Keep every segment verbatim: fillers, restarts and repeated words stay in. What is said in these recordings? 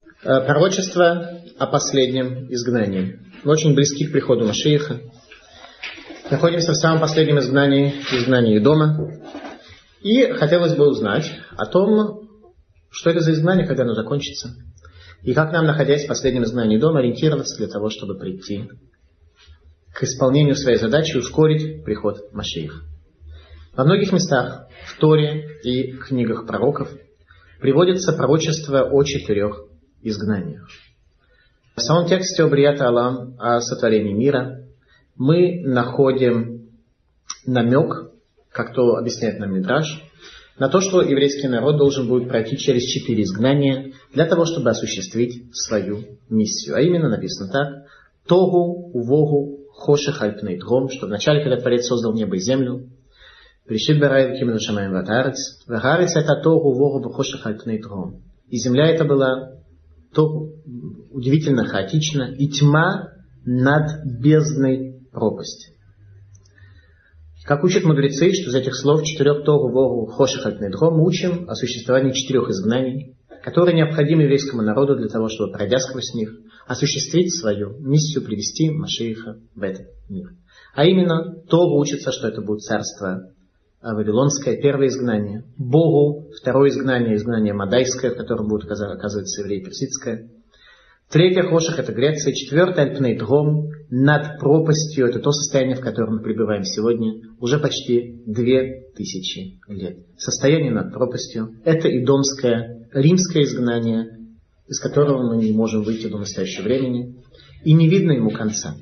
Пророчество о последнем изгнании. Мы очень близки к приходу Машиаха. Находимся в самом последнем изгнании, изгнании Эдома. И хотелось бы узнать о том, что это за изгнание, когда оно закончится. И как нам, находясь в последнем изгнании Эдома, ориентироваться для того, чтобы прийти к исполнению своей задачи и ускорить приход Машиаха. Во многих местах, в Торе и книгах пророков, приводится пророчество о четырех изгнаниях. В самом тексте о Брият Алам, о сотворении мира, мы находим намек, как то объясняет нам Мидраш, на то, что еврейский народ должен будет пройти через четыре изгнания для того, чтобы осуществить свою миссию. А именно написано так: Тогу, Увогу, Хошех Альпней Дром, что вначале, когда Творец создал небо и землю, Пришит Барай Кимну Шамаем Ватарец, Вагарец это Тогу, Увогу, Хошех Альпней Дром. И земля это была то удивительно хаотично, и тьма над бездной пропасти. Как учат мудрецы, что из этих слов четырех Тогу, Вогу, Хошех Альпней Дром мы учим о существовании четырех изгнаний, которые необходимы еврейскому народу для того, чтобы, пройдя сквозь них, осуществить свою миссию, привести Машиаха в этот мир. А именно, Тогу учится, что это будет царство Вавилонское, первое изгнание. Богу, второе изгнание, изгнание Мадайское, в котором будет оказываться евреи, персидское. Третье, Хошех, это Греция. Четвертое, Альпней Дром, над пропастью, это то состояние, в котором мы пребываем сегодня, уже почти две тысячи лет. Состояние над пропастью, это идомское, римское изгнание, из которого мы не можем выйти до настоящего времени, и не видно ему конца.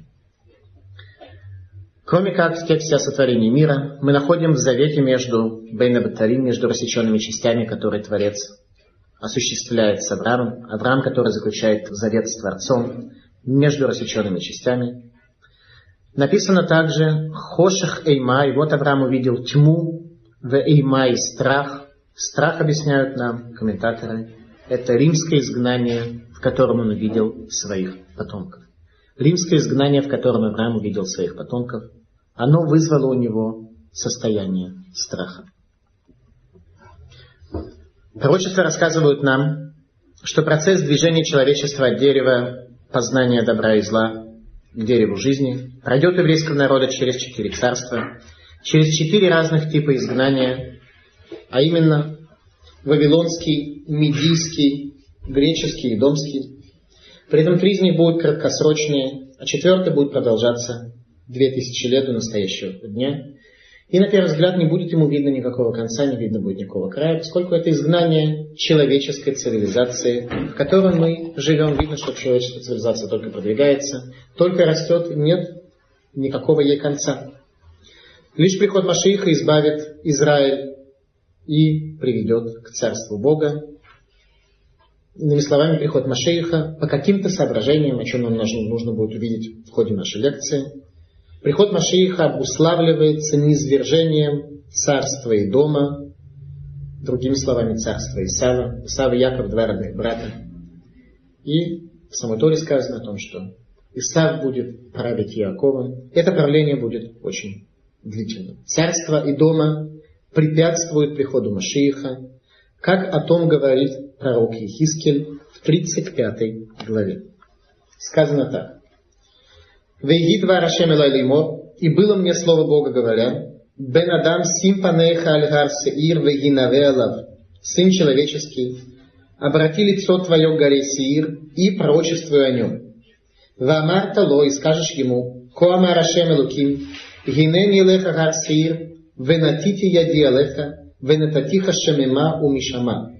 Кроме как в тексте о сотворении мира, мы находим в завете между Бейна Батарим, между рассеченными частями, которые Творец осуществляет с Авраамом, Авраам, который заключает завет с Творцом, между рассеченными частями. Написано также Хошех Эймай, вот Авраам увидел тьму, в Эймай страх. Страх, объясняют нам комментаторы, это римское изгнание, в котором он увидел своих потомков. Римское изгнание, в котором Авраам увидел своих потомков, оно вызвало у него состояние страха. Пророчества рассказывают нам, что процесс движения человечества от дерева познания добра и зла к дереву жизни пройдет еврейского народа через четыре царства, через четыре разных типа изгнания, а именно Вавилонский, Медийский, Греческий и Домский. При этом три из них будут краткосрочные, а четвертый будет продолжаться две тысячи лет до настоящего дня. И на первый взгляд не будет ему видно никакого конца, не видно будет никакого края, поскольку это изгнание человеческой цивилизации, в которой мы живем. Видно, что человеческая цивилизация только продвигается, только растет, нет никакого ей конца. Лишь приход Машиаха избавит Израиль и приведет к царству Бога. Иными словами, приход Машиаха по каким-то соображениям, о чем нам нужно, нужно будет увидеть в ходе нашей лекции, приход Машиаха обуславливается низвержением царства Эдома, другими словами, царства Исава. Исав и Яков — два родных брата. И в самой Торе сказано о том, что Исав будет править Яаковом. Это правление будет очень длительным. Царство Эдома препятствует приходу Машиаха, как о том говорит пророк Ехискель в тридцать пятой главе. Сказано так: «Вейги двар Ашем элай леймор, и было мне слово Бога, говоря: Бен Адам сим панеха аль гар Сеир вейги наве алав, сын человеческий, обрати лицо твое к горе Сеир и пророчествуй о нем. Ваамар тало, и скажешь ему: Ко амар Ашем элуким, гинени леха гар Сеир, венатити яди алеха, венататиха шемема умишама».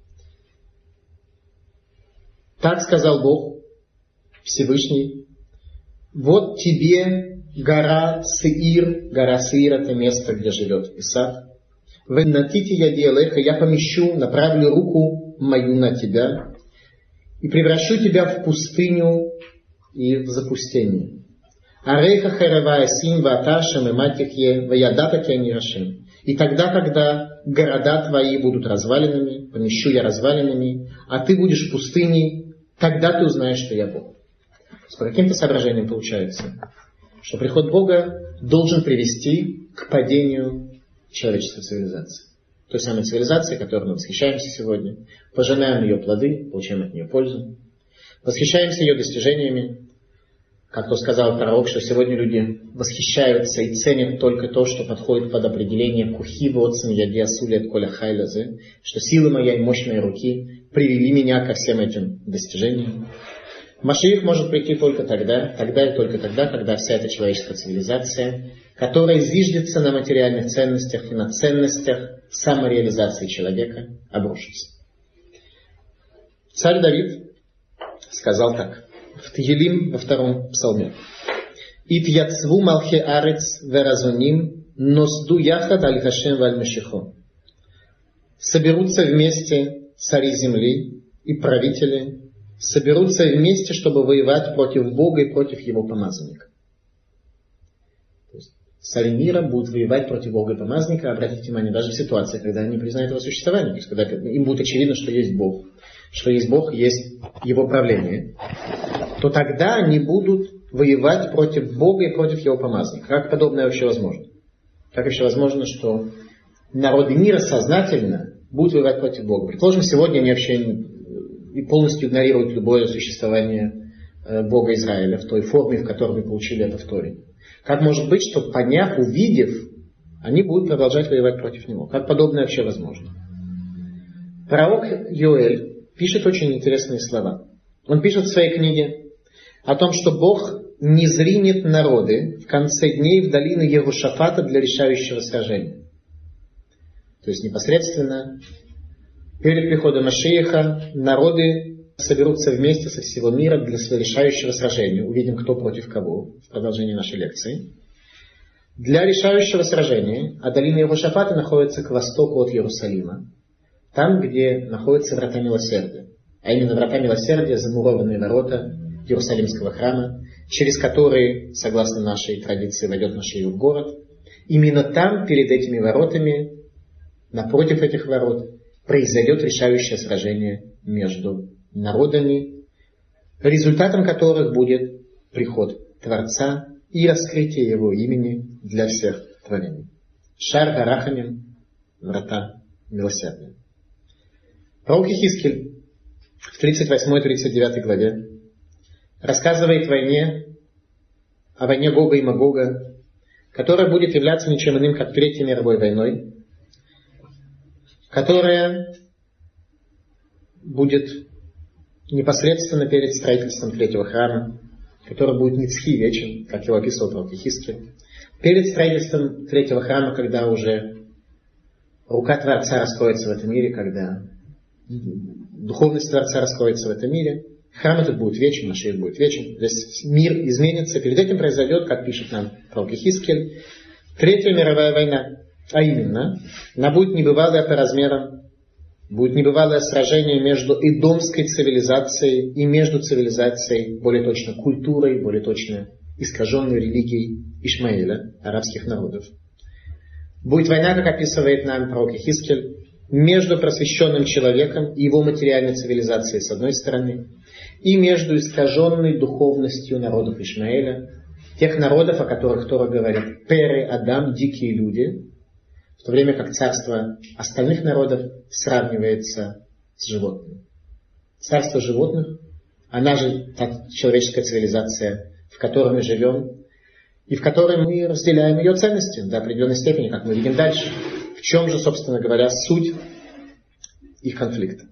Так сказал Бог Всевышний: вот тебе гора Сеир, гора Сеир — это место, где живет Исав. Венатити яди алеха, я помещу, направлю руку мою на тебя и превращу тебя в пустыню и в запустение. Арейха херевая сим вата шемема тихе ваядата кенирашем. И тогда, когда города твои будут развалинами, помещу я развалинами, а ты будешь в пустыне, тогда ты узнаешь, что я Бог. По каким-то соображениям получается, что приход Бога должен привести к падению человеческой цивилизации. той самой цивилизации, которой мы восхищаемся сегодня, пожинаем ее плоды, получаем от нее пользу, восхищаемся ее достижениями. Как то сказал пророк, что сегодня люди восхищаются и ценят только то, что подходит под определение кухи водцем яди асули от коля хайлазы, что силы моей и мощь моей руки привели меня ко всем этим достижениям. Машиах может прийти только тогда, тогда и только тогда, когда вся эта человеческая цивилизация, которая зиждется на материальных ценностях и на ценностях самореализации человека, обрушится. Царь Давид сказал так в Тегилим, во втором псалме: «Ит яцву малхе арец веразуним носду яхад аль хашем валь машихо». Соберутся вместе цари земли и правители, соберутся вместе, чтобы воевать против Бога и против Его помазанника. То есть цари мира будут воевать против Бога и помазанника, обратите внимание, даже в ситуации, когда они признают его существование, то есть когда им будет очевидно, что есть Бог, что есть Бог, есть Его правление, то тогда они будут воевать против Бога и против Его помазанника. Как подобное вообще возможно? Как вообще возможно, что народы мира сознательно будут воевать против Бога? Предположим, сегодня они вообще и полностью игнорируют любое существование Бога Израиля в той форме, в которой мы получили это в Торе. Как может быть, что, поняв, увидев, они будут продолжать воевать против Него? Как подобное вообще возможно? Пророк Йоэль пишет очень интересные слова. Он пишет в своей книге о том, что Бог не зринет народы в конце дней в долину Егошафата для решающего сражения. То есть непосредственно перед приходом Машиаха народы соберутся вместе со всего мира для решающего сражения. Увидим, кто против кого в продолжении нашей лекции. Для решающего сражения, а долина Егошафата находится к востоку от Иерусалима, там, где находятся врата милосердия. А именно врата милосердия, замурованные ворота Иерусалимского храма, через которые, согласно нашей традиции, войдет Машиах в город. Именно там, перед этими воротами, напротив этих ворот, произойдет решающее сражение между народами, результатом которых будет приход Творца и раскрытие Его имени для всех творений. Шар Гарахамим, врата милосердия. Пророк Ихискель в тридцать восьмой тридцать девятой главе рассказывает войне, о войне Гога и Магога, которая будет являться ничем иным, как Третьей мировой войной, которая будет непосредственно перед строительством третьего храма, который будет Ницхи вечен, как его описывал пророк Ихискель. Перед строительством третьего храма, когда уже рука Творца раскроется в этом мире, когда духовность Творца раскроется в этом мире, храм этот будет вечен, Машиах будет вечен, весь мир изменится. Перед этим произойдет, как пишет нам пророк Ихискель, Третья мировая война. А именно, она будет небывалая по размерам, будет небывалое сражение между идомской цивилизацией и между цивилизацией, более точно культурой, более точно искаженной религией Ишмаэля, арабских народов. Будет война, как описывает нам пророк Ихискель, между просвещенным человеком и его материальной цивилизацией с одной стороны, и между искаженной духовностью народов Ишмаэля, тех народов, о которых Тора говорит, Пере, Адам, дикие люди, в то время как царство остальных народов сравнивается с животными. Царство животных, она же та человеческая цивилизация, в которой мы живем, и в которой мы разделяем ее ценности до определенной степени, как мы видим дальше. В чем же, собственно говоря, суть их конфликта?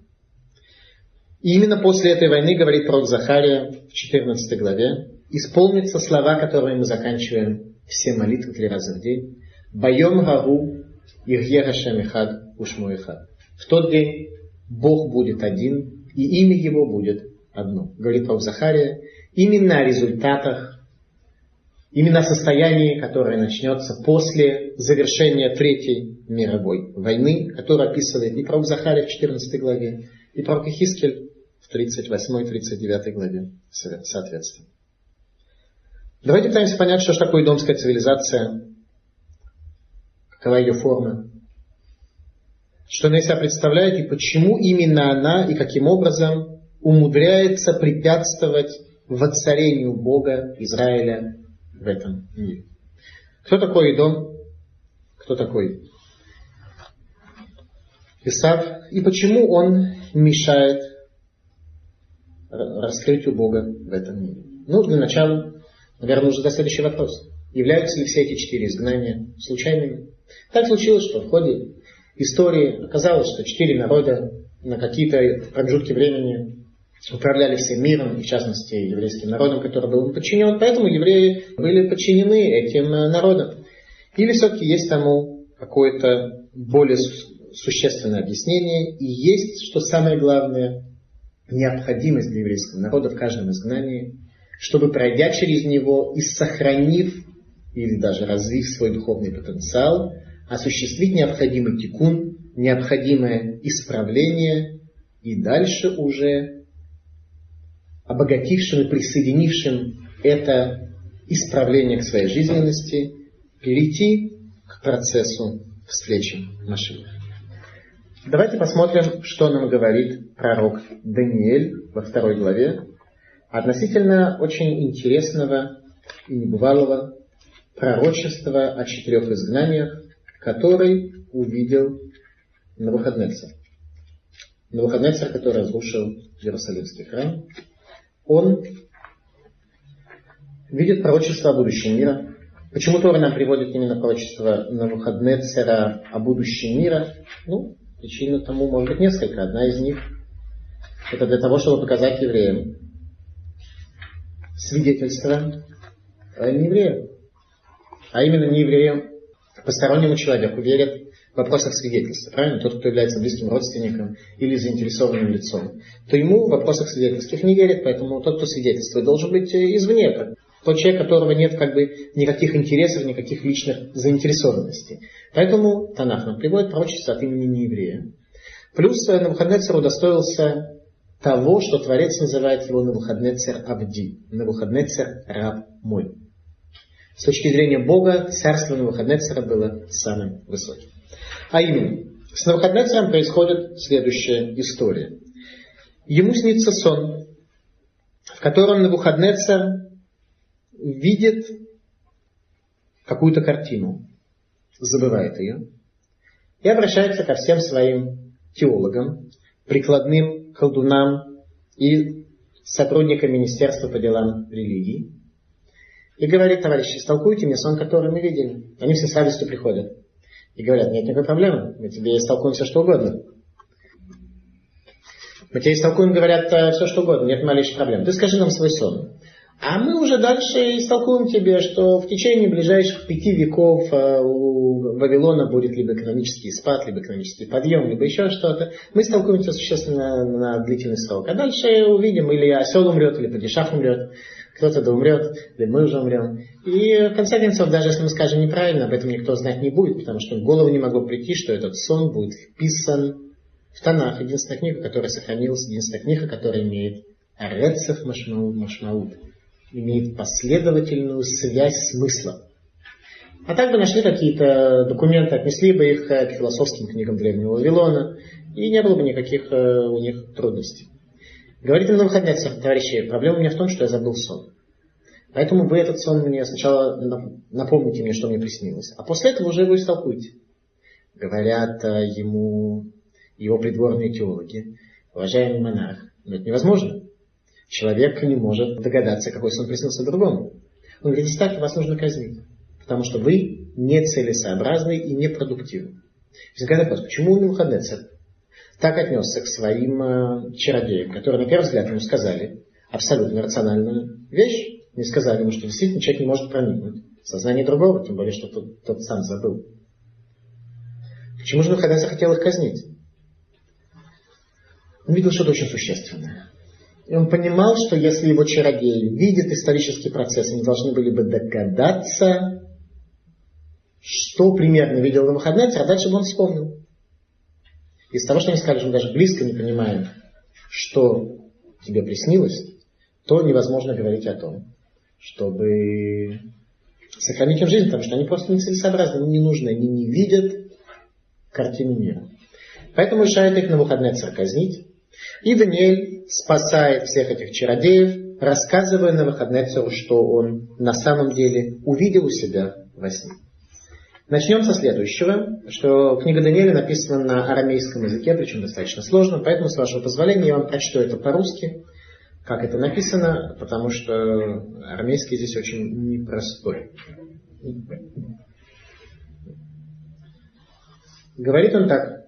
И именно после этой войны, говорит пророк Захария в четырнадцатой главе, исполнятся слова, которыми мы заканчиваем все молитвы три раза в день. Байом гару ирье Хашем эхад ушмо эхад. В тот день Бог будет один, и имя Его будет одно. Говорит пророк Захария, именно о результатах, именно о состоянии, которое начнется после завершения Третьей мировой войны, которую описывает и пророк Захария в четырнадцатой главе, и пророк Ихискель в тридцать восьмой тридцать девятой главе соответственно. Давайте пытаемся понять, что же такое идомская цивилизация, какова ее форма, что она из себя представляет и почему именно она и каким образом умудряется препятствовать воцарению Бога Израиля в этом мире. Кто такой Идом? Кто такой Исав, и почему он мешает раскрытию Бога в этом мире? Ну, для начала, наверное, нужно задать следующий вопрос. Являются ли все эти четыре изгнания случайными? Так случилось, что в ходе истории оказалось, что четыре народа на какие-то промежутки времени управляли всем миром, и в частности еврейским народом, который был им подчинен. Поэтому евреи были подчинены этим народам. Или все-таки есть тому какое-то более существенное объяснение, и есть, что самое главное, необходимость для еврейского народа в каждом изгнании, чтобы, пройдя через него и сохранив или даже развив свой духовный потенциал, осуществить необходимый тикун, необходимое исправление, и дальше уже обогатившим и присоединившим это исправление к своей жизненности, перейти к процессу встречи Машиаха. Давайте посмотрим, что нам говорит пророк Даниэль во второй главе относительно очень интересного и небывалого пророчества о четырех изгнаниях, который увидел Навуходоносор. Навуходоносор, который разрушил Иерусалимский храм, он видит пророчество о будущем мира. Почему Тора нам приводит именно пророчество Навуходоносора о будущем мира? Ну, причин тому может быть несколько. Одна из них — это для того, чтобы показать евреям свидетельство не евреям, а именно не евреям, постороннему человеку верят в вопросах свидетельства. Правильно? Тот, кто является близким родственником или заинтересованным лицом, то ему в вопросах свидетельских не верят, поэтому тот, кто свидетельствует, должен быть извне. Тот человек, у которого нет как бы никаких интересов, никаких личных заинтересованностей. Поэтому Танах нам приводит пророчество от имени нееврея. Плюс Навуходоносор удостоился того, что Творец называет его Навуходоносор Абди. Навуходоносор раб мой. С точки зрения Бога, царство Навуходоносора было самым высоким. А именно, с Навуходоносором происходит следующая история. Ему снится сон, в котором Навуходоносор видит какую-то картину, забывает ее, и обращается ко всем своим теологам, прикладным колдунам и сотрудникам Министерства по делам религии, и говорит: товарищи, истолкуйте мне сон, который мы видели. Они все с радостью приходят и говорят: нет никакой проблемы, мы тебе истолкуем все, что угодно. Мы тебе истолкуем, говорят, все, что угодно, нет малейших проблем. Ты скажи нам свой сон. А мы уже дальше истолкуем тебе, что в течение ближайших пяти веков у Вавилона будет либо экономический спад, либо экономический подъем, либо еще что-то. Мы истолкуем тебя существенно на длительный срок. А дальше увидим, или осел умрет, или падишах умрет, кто-то да умрет, или мы уже умрем. И в конце концов, даже если мы скажем неправильно, об этом никто знать не будет, потому что в голову не могло прийти, что этот сон будет вписан в Танах. Единственная книга, которая сохранилась, единственная книга, которая имеет рецеф машмаут, машмаут. Имеет последовательную связь смысла. А так бы нашли какие-то документы, отнесли бы их к философским книгам Древнего Вавилона, и не было бы никаких у них трудностей. Говорит им Навуходоносор: товарищи, проблема у меня в том, что я забыл сон. Поэтому вы этот сон мне сначала напомните мне, что мне приснилось, а после этого уже его истолкуйте. Говорят ему его придворные теологи: уважаемый монарх, но это невозможно. Человек не может догадаться, какой сон приснился другому. Он говорит: если так, вас нужно казнить, потому что вы нецелесообразны и непродуктивны. Возникает вопрос: почему Навуходоносор так отнесся к своим э, чародеям, которые на первый взгляд ему сказали абсолютно рациональную вещь, не сказали ему, что действительно человек не может проникнуть в сознание другого, тем более, что тот, тот сам забыл. Почему же Навуходоносор хотел их казнить? Он видел что-то очень существенное. И он понимал, что если его чародеи видят исторический процесс, они должны были бы догадаться, что примерно видел Навуходоносор, а дальше бы он вспомнил. Из того, что они сказали, что мы даже близко не понимаем, что тебе приснилось, то невозможно говорить о том, чтобы сохранить им жизнь, потому что они просто нецелесообразны, им не нужны, они не видят картины мира. Поэтому решает их Навуходоносор казнить. И Даниэль спасает всех этих чародеев, рассказывая Навуходоносору, что он на самом деле увидел у себя во сне. Начнем со следующего, что книга Даниэля написана на арамейском языке, причем достаточно сложно, поэтому, с вашего позволения, я вам прочту это по-русски, как это написано, потому что арамейский здесь очень непростой. Говорит он так.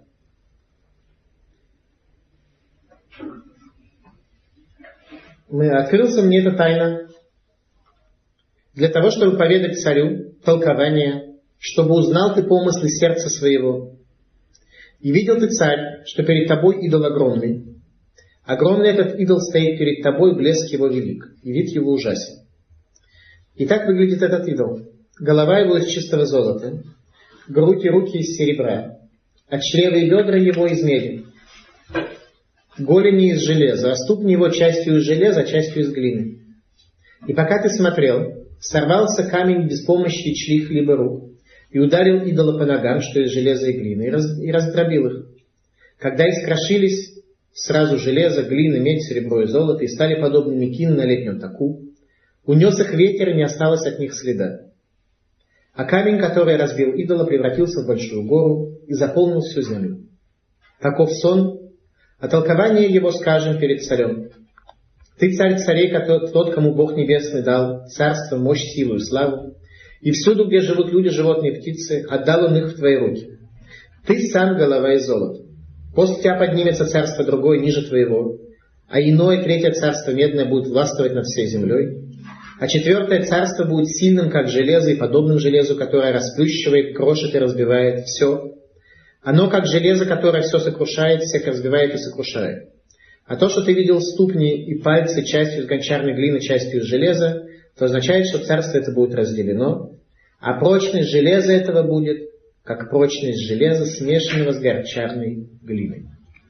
Открылся мне эта тайна для того, чтобы поведать царю толкование, чтобы узнал ты помыслы сердца своего. И видел ты, царь, что перед тобой идол огромный. Огромный этот идол стоит перед тобой, блеск его велик, и вид его ужасен. И так выглядит этот идол. Голова его из чистого золота, грудь и руки из серебра, а чревы и бедра его из меди, голени из железа, а ступни его частью из железа, а частью из глины. И пока ты смотрел, сорвался камень без помощи чьих-либо рук, и ударил идола по ногам, что из железа и глины, и, раз, и раздробил их. Когда искрошились сразу железо, глина, медь, серебро и золото, и стали подобными кин на летнем таку, унес их ветер, и не осталось от них следа. А камень, который разбил идола, превратился в большую гору и заполнил всю землю. Таков сон, а толкование его скажем перед царем. Ты, царь царей, тот, кому Бог Небесный дал царство, мощь, силу и славу, и всюду, где живут люди, животные, птицы, отдал он их в твои руки. Ты сам голова из золота. После тебя поднимется царство другое, ниже твоего, а иное, третье царство медное будет властвовать над всей землей, а четвертое царство будет сильным, как железо, и подобным железу, которое расплющивает, крошит и разбивает все. Оно, как железо, которое все сокрушает, всех разбивает и сокрушает. А то, что ты видел ступни и пальцы частью из гончарной глины, частью из железа, то означает, что царство это будет разделено, а прочность железа этого будет, как прочность железа, смешанного с гончарной глиной.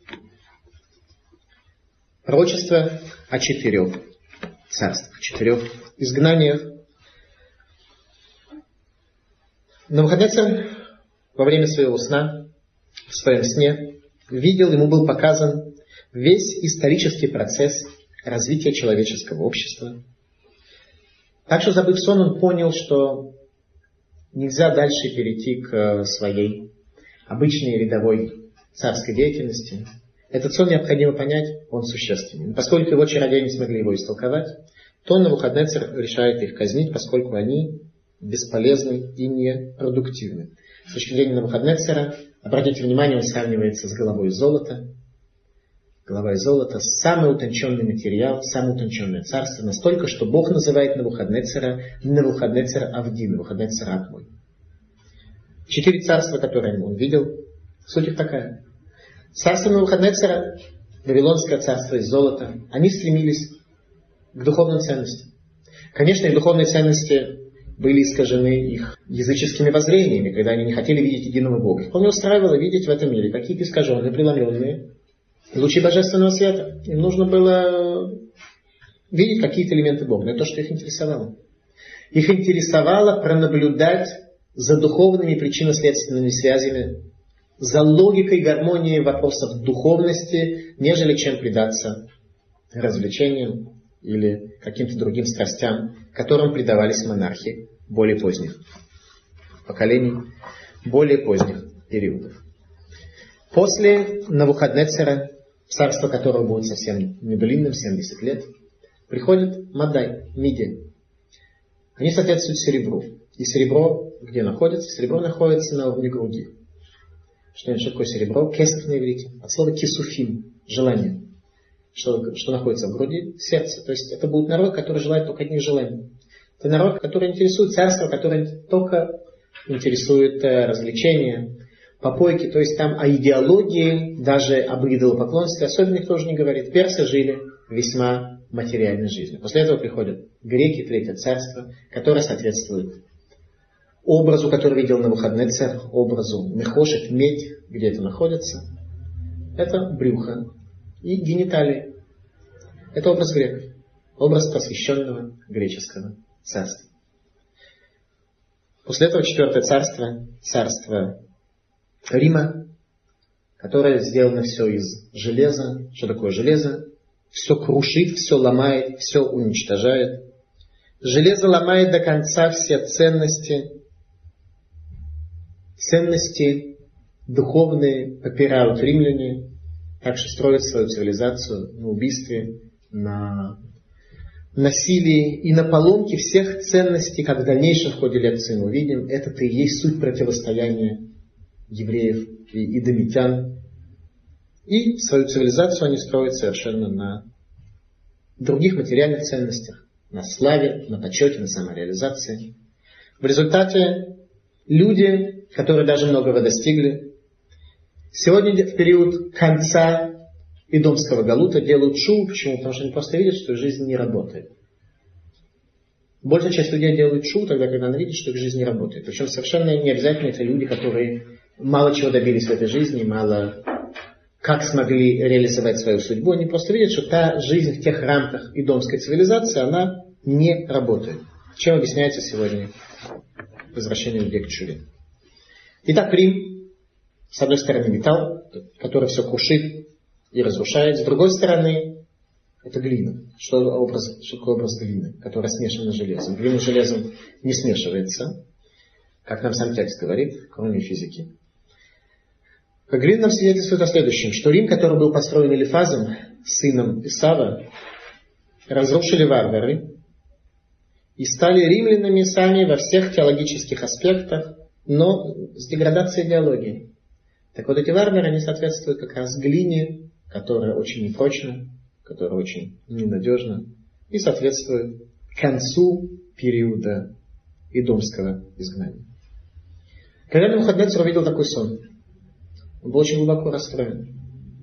Пророчество о четырех царствах, четырех изгнаниях. Навуходоносор во время своего сна, в своем сне, видел, ему был показан весь исторический процесс развития человеческого общества. Так что, забыв сон, он понял, что нельзя дальше перейти к своей обычной рядовой царской деятельности. Этот сон необходимо понять, он существенный. Поскольку его чародеи не смогли его истолковать, то Навуходоносор решает их казнить, поскольку они бесполезны и непродуктивны. С точки зрения Навуходоносора, обратите внимание, он сравнивается с головой из золота. Голова из золота, самый утонченный материал, самое утонченное царство, настолько, что Бог называет Навуходоносора Навуходоносор Авди, Навуходоносор раб мой. Четыре царства, которые он видел, суть их такая. Царство Навуходоносора, Вавилонское царство из золота, они стремились к духовным ценностям. Конечно, их духовные ценности были искажены их языческими воззрениями, когда они не хотели видеть единого Бога. Их вполне устраивало видеть в этом мире какие-то искаженные, преломленные лучи божественного света. Им нужно было видеть какие-то элементы Бога. Но это то, что их интересовало. Их интересовало пронаблюдать за духовными причинно-следственными связями, за логикой гармонии вопросов духовности, нежели чем предаться развлечениям или каким-то другим страстям, которым предавались монархи более поздних поколений, более поздних периодов. После Навуходоносора, царство которого будет совсем недлинным, семьдесят лет, приходит Мадай, Мидия. Они соответствуют серебру. И серебро где находится? Серебро находится на уровне груди. Что, что такое серебро? Кесов на иврите. От слова кисуфим, желание. Что, что находится в груди? Сердце. То есть это будет народ, который желает только одних желаний. Это народ, который интересует царство, которое только интересует развлечения, попойки. То есть там о идеологии, даже об идолопоклонстве особенно никто уже не говорит. Персы жили весьма материальной жизнью. После этого приходят греки, третье царство, которое соответствует образу, который видел Навуходоносор, образу Нехошет, медь, где это находится. Это брюхо и гениталии. Это образ греков. Образ просвещенного греческого царства. После этого четвертое царство, царство Рима, которое сделано все из железа. Что такое железо? Все крушит, все ломает, все уничтожает. Железо ломает до конца все ценности ценности духовные попирают римляне, также строят свою цивилизацию на убийстве, на насилии и на поломке всех ценностей, как в дальнейшем в ходе лекции мы увидим. Это-то и есть суть противостояния евреев и идомитян. И свою цивилизацию они строят совершенно на других материальных ценностях, на славе, на почете, на самореализации. В результате люди, которые даже многого достигли, сегодня в период конца Идомского галута делают шоу. Почему? Потому что они просто видят, что их жизнь не работает. Большая часть людей делают шоу тогда, когда они видят, что их жизнь не работает. Причем совершенно не обязательно это люди, которые мало чего добились в этой жизни, мало как смогли реализовать свою судьбу. Они просто видят, что та жизнь в тех рамках идомской цивилизации, она не работает. Чем объясняется сегодня возвращение людей к чуве. Итак, Рим, с одной стороны, металл, который все крушит и разрушает. С другой стороны, это глина. Что, образ, что такое образ глины, которая смешана с железом? Глина с железом не смешивается, как нам сам текст говорит, кроме физики. Глина нам свидетельствует о следующем, что Рим, который был построен Элифазом, сыном Исава, разрушили варвары и стали римлянами сами во всех теологических аспектах, но с деградацией идеологии. Так вот, эти варвары, они соответствуют как раз глине, которая очень непрочна, которая очень ненадежна, и соответствует концу периода идомского изгнания. Когда Навуходоносор увидел такой сон, он был очень глубоко расстроен.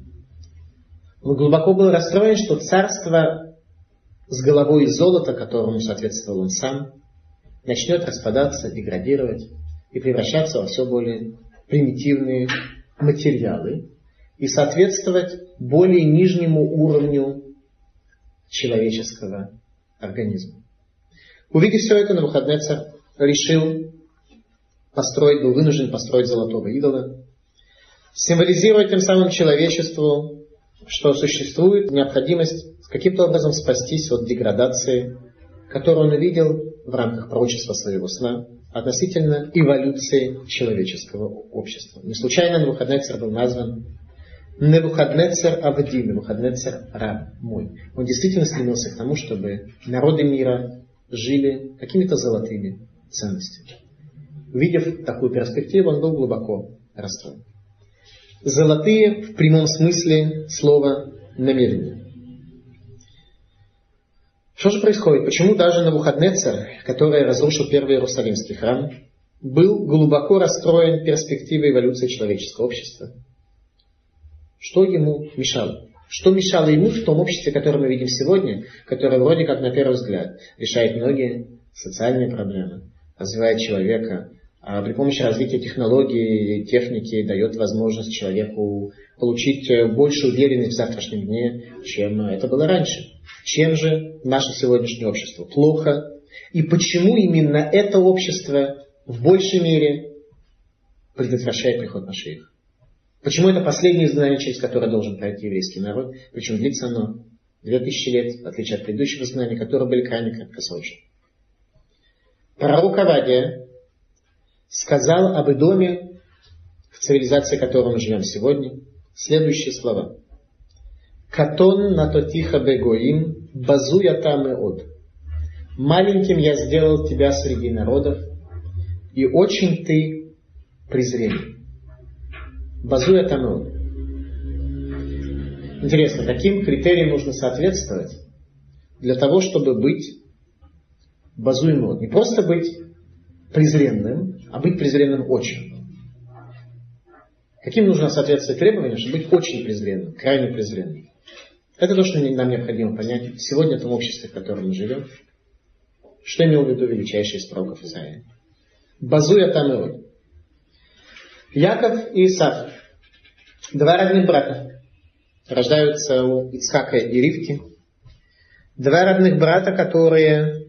Он глубоко был расстроен, что царство с головой из золота, которому соответствовал он сам, начнет распадаться, деградировать и превращаться во все более примитивные материалы и соответствовать более нижнему уровню человеческого организма. Увидев все это, Навуходоносор решил построить, был вынужден построить золотого идола, символизируя тем самым человечеству, что существует необходимость каким-то образом спастись от деградации, которую он увидел в рамках пророчества своего сна относительно эволюции человеческого общества. Не случайно Навуходоносор был назван Навуходоносор Авди, Навуходоносор раб мой. Он действительно стремился к тому, чтобы народы мира жили какими-то золотыми ценностями. Увидев такую перспективу, он был глубоко расстроен. Золотые в прямом смысле слова намерения. Что же происходит? Почему даже Навуходоносор, который разрушил первый Иерусалимский храм, был глубоко расстроен перспективой эволюции человеческого общества? Что ему мешало? Что мешало ему в том обществе, которое мы видим сегодня, которое вроде как на первый взгляд решает многие социальные проблемы, развивает человека, а при помощи развития технологий и техники дает возможность человеку получить большую уверенность в завтрашнем дне, чем это было раньше. Чем же наше сегодняшнее общество плохо? И почему именно это общество в большей мере предотвращает приход Машиаха? Почему это последнее изгнание, через которое должен пройти еврейский народ? Причем длится оно две тысячи лет, в отличие от предыдущих изгнаний, которые были крайне краткосрочны. Пророк Овадия сказал об Идоме, в цивилизации, в которой мы живем сегодня, следующие слова. «Катон натотиха бегоим, базуя там и от». «Маленьким я сделал тебя среди народов, и очень ты презренен». Базуя там и от. Интересно, каким критериям нужно соответствовать для того, чтобы быть базуем от? Не просто быть презренным, а быть презренным очень. Каким нужно соответствовать требованиям, чтобы быть очень презренным, крайне презренным? Это то, что нам необходимо понять сегодня в том обществе, в котором мы живем. Что имел в виду величайший из пророков Израиля? Базуя там и от. Яков и Исав, два родных брата, рождаются у Ицхака и Ривки. Два родных брата, которые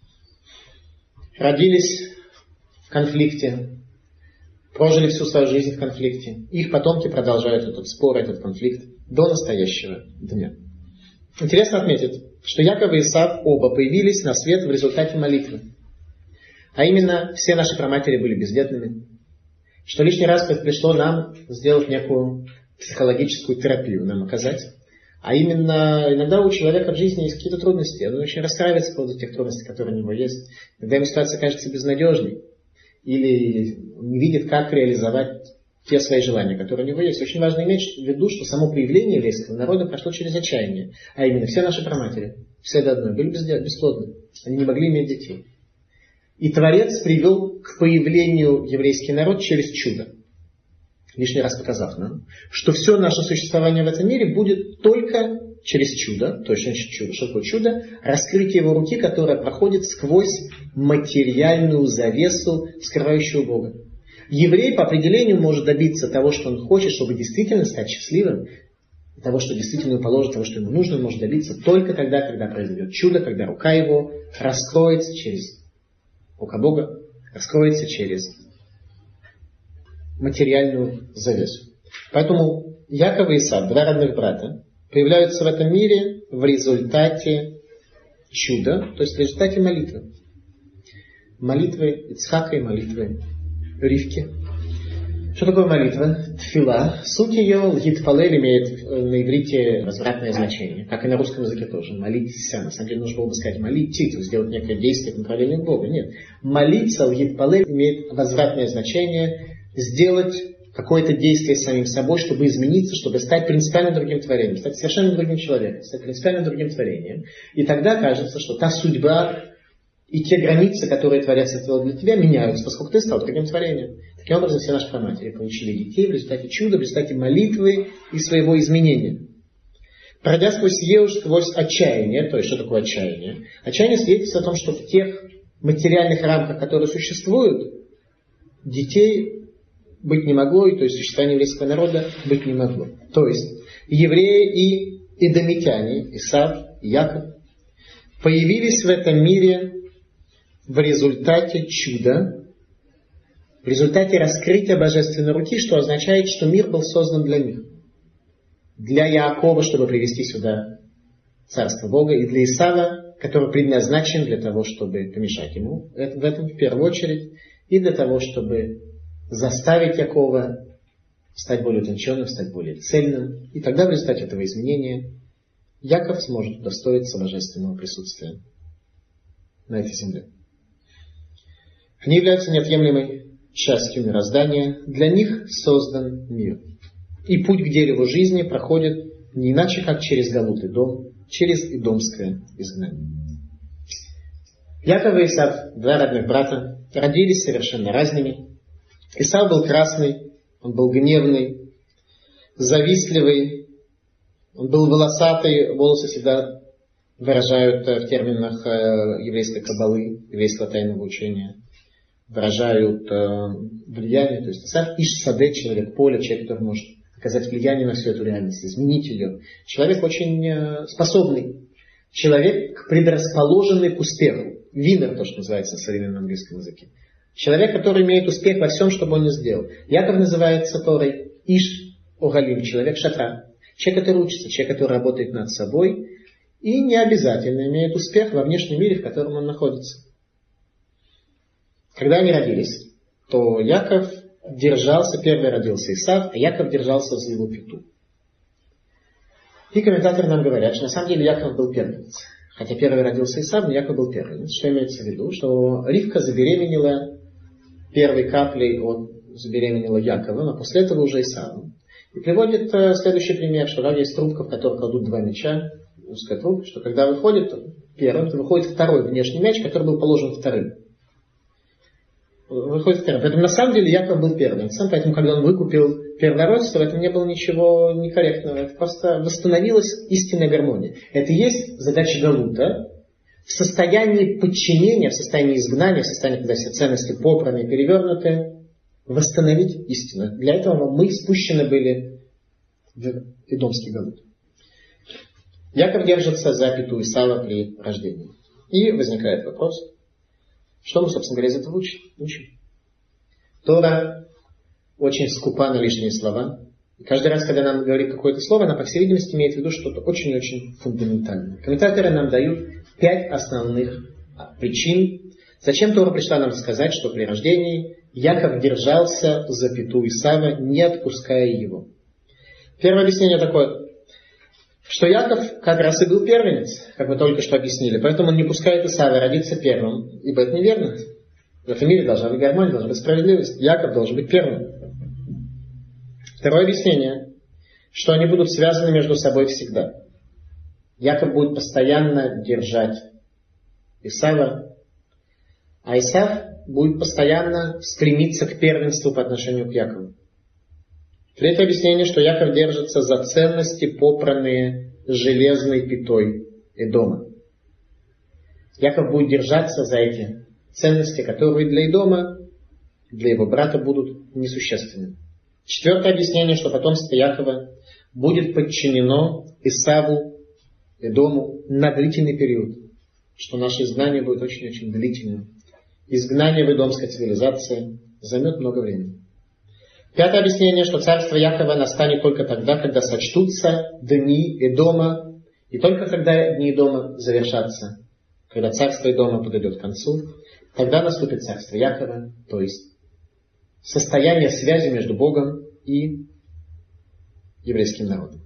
родились в конфликте, прожили всю свою жизнь в конфликте. Их потомки продолжают этот спор, этот конфликт до настоящего дня. Интересно отметить, что Яков и Исав оба появились на свет в результате молитвы. А именно, все наши праматери были бездетными. что лишний раз пришло нам сделать некую психологическую терапию, нам оказать. А именно, иногда у человека в жизни есть какие-то трудности, он очень расстраивается по поводу тех трудностей, которые у него есть. Иногда ему ситуация кажется безнадежной, или не видит, как реализовать те свои желания, которые у него есть. Очень важно иметь в виду, что само появление еврейского народа прошло через отчаяние. А именно, все наши праматери, все до одной, были бесплодны. Они не могли иметь детей. И Творец привел к появлению еврейский народ через чудо. Лишний раз показав нам, что все наше существование в этом мире будет только через чудо. То есть, чудо, что такое чудо? Раскрытие его руки, которое проходит сквозь материальную завесу, скрывающую Бога. Еврей по определению может добиться того, что он хочет, чтобы действительно стать счастливым, того, что действительно ему положено, того, что ему нужно, он может добиться только тогда, когда произойдет чудо, когда рука его раскроется через рука Бога, раскроется через материальную завесу. Поэтому Яков и Исав, два родных брата, появляются в этом мире в результате чуда, то есть в результате молитвы. Молитвы Ицхака и молитвы Ривки. Что такое молитва? Тфила. Суть ее, гитпалель, имеет на иврите развратное значение, как и на русском языке тоже. Молиться. На самом деле нужно было бы сказать молитесь, сделать некое действие по направлению к Богу. Нет. Молиться, гитпалель, имеет возвратное значение, сделать какое-то действие с самим собой, чтобы измениться, чтобы стать принципиально другим творением, стать совершенно другим человеком, стать принципиально другим творением. И тогда кажется, что та судьба и те границы, которые Творец отвел для тебя, меняются, поскольку ты стал другим творением. Таким образом, все наши праматери получили детей в результате чуда, в результате молитвы и своего изменения. Пройдя сквозь Еуш, сквозь отчаяние, то есть что такое отчаяние? Отчаяние свидетельствует о том, что в тех материальных рамках, которые существуют, детей быть не могло, и то есть существование еврейского народа быть не могло. То есть евреи и эдомитяне, Исав и Яков, появились в этом мире в результате чуда, в результате раскрытия божественной руки, что означает, что мир был создан для них. Для Яакова, чтобы привести сюда Царство Бога, и для Исава, который предназначен для того, чтобы помешать ему в этом в первую очередь, и для того, чтобы заставить Якова стать более утонченным, стать более цельным. И тогда в результате этого изменения Яков сможет удостоиться божественного присутствия на этой земле. Они являются неотъемлемой частью мироздания. Для них создан мир. И путь к дереву жизни проходит не иначе, как через Галут Идом, через идомское изгнание. Яков и Исав, два родных брата, родились совершенно разными. Исав был красный, он был гневный, завистливый, он был волосатый, волосы всегда выражают в терминах еврейской каббалы, еврейского тайного учения, выражают влияние, то есть Исав иш саде, человек поля, человек, который может оказать влияние на всю эту реальность, изменить ее. Человек очень способный, человек, предрасположенный к успеху, винер, то, что называется в современном английском языке. Человек, который имеет успех во всем, что бы он ни сделал. Яков называется Торой Иш Огалим, человек шатра. Человек, который учится, человек, который работает над собой и не обязательно имеет успех во внешнем мире, в котором он находится. Когда они родились, то Яков держался, первый родился Исав, а Яков держался за его пяту. И комментаторы нам говорят, что на самом деле Яков был первенец. Хотя первый родился Исав, но Яков был первенец. Что имеется в виду? Что Ривка забеременела первой каплей, от забеременела Яковом, а после этого уже Исавом. И приводит э, следующий пример, что есть трубка, в которой кладут два мяча, узкая трубка, что когда выходит первым, то выходит второй внешний мяч, который был положен вторым. Выходит вторым. Поэтому на самом деле Яков был первенцем, поэтому когда он выкупил первородство, в этом не было ничего некорректного. Это просто восстановилась истинная гармония. Это и есть задача Галута. В состоянии подчинения, в состоянии изгнания, в состоянии, когда все ценности попраны и перевернуты, восстановить истину. Для этого мы спущены были в Идомский Галут. Яков держится за пяту Исава при рождении. И возникает вопрос, что мы, собственно говоря, из этого учим? учим? Тора очень скупа на лишние слова. И каждый раз, когда нам говорит какое-то слово, она, по всей видимости, имеет в виду что-то очень-очень фундаментальное. Комментаторы нам дают пять основных причин, зачем Тора пришла нам сказать, что при рождении Яков держался за пяту Исава, не отпуская его. Первое объяснение такое, что Яков как раз и был первенец, как мы только что объяснили, поэтому он не пускает Исава родиться первым, ибо это неверно. В этом мире должна быть гармония, должна быть справедливость. Яков должен быть первым. Второе объяснение, что они будут связаны между собой всегда. Яков будет постоянно держать Исава, а Исав будет постоянно стремиться к первенству по отношению к Якову. Третье объяснение, что Яков держится за ценности, попранные железной пятой Эдома. Яков будет держаться за эти ценности, которые для Эдома, для его брата будут несущественны. Четвертое объяснение, что потомство Якова будет подчинено Исаву, Эдому на длительный период, что наше изгнание будет очень-очень длительным. Изгнание в эдомской цивилизации займет много времени. Пятое объяснение, что царство Якова настанет только тогда, когда сочтутся дни Эдома, и только когда дни Эдома завершатся, когда царство Эдома подойдет к концу, тогда наступит царство Якова, то есть состояние связи между Богом и еврейским народом.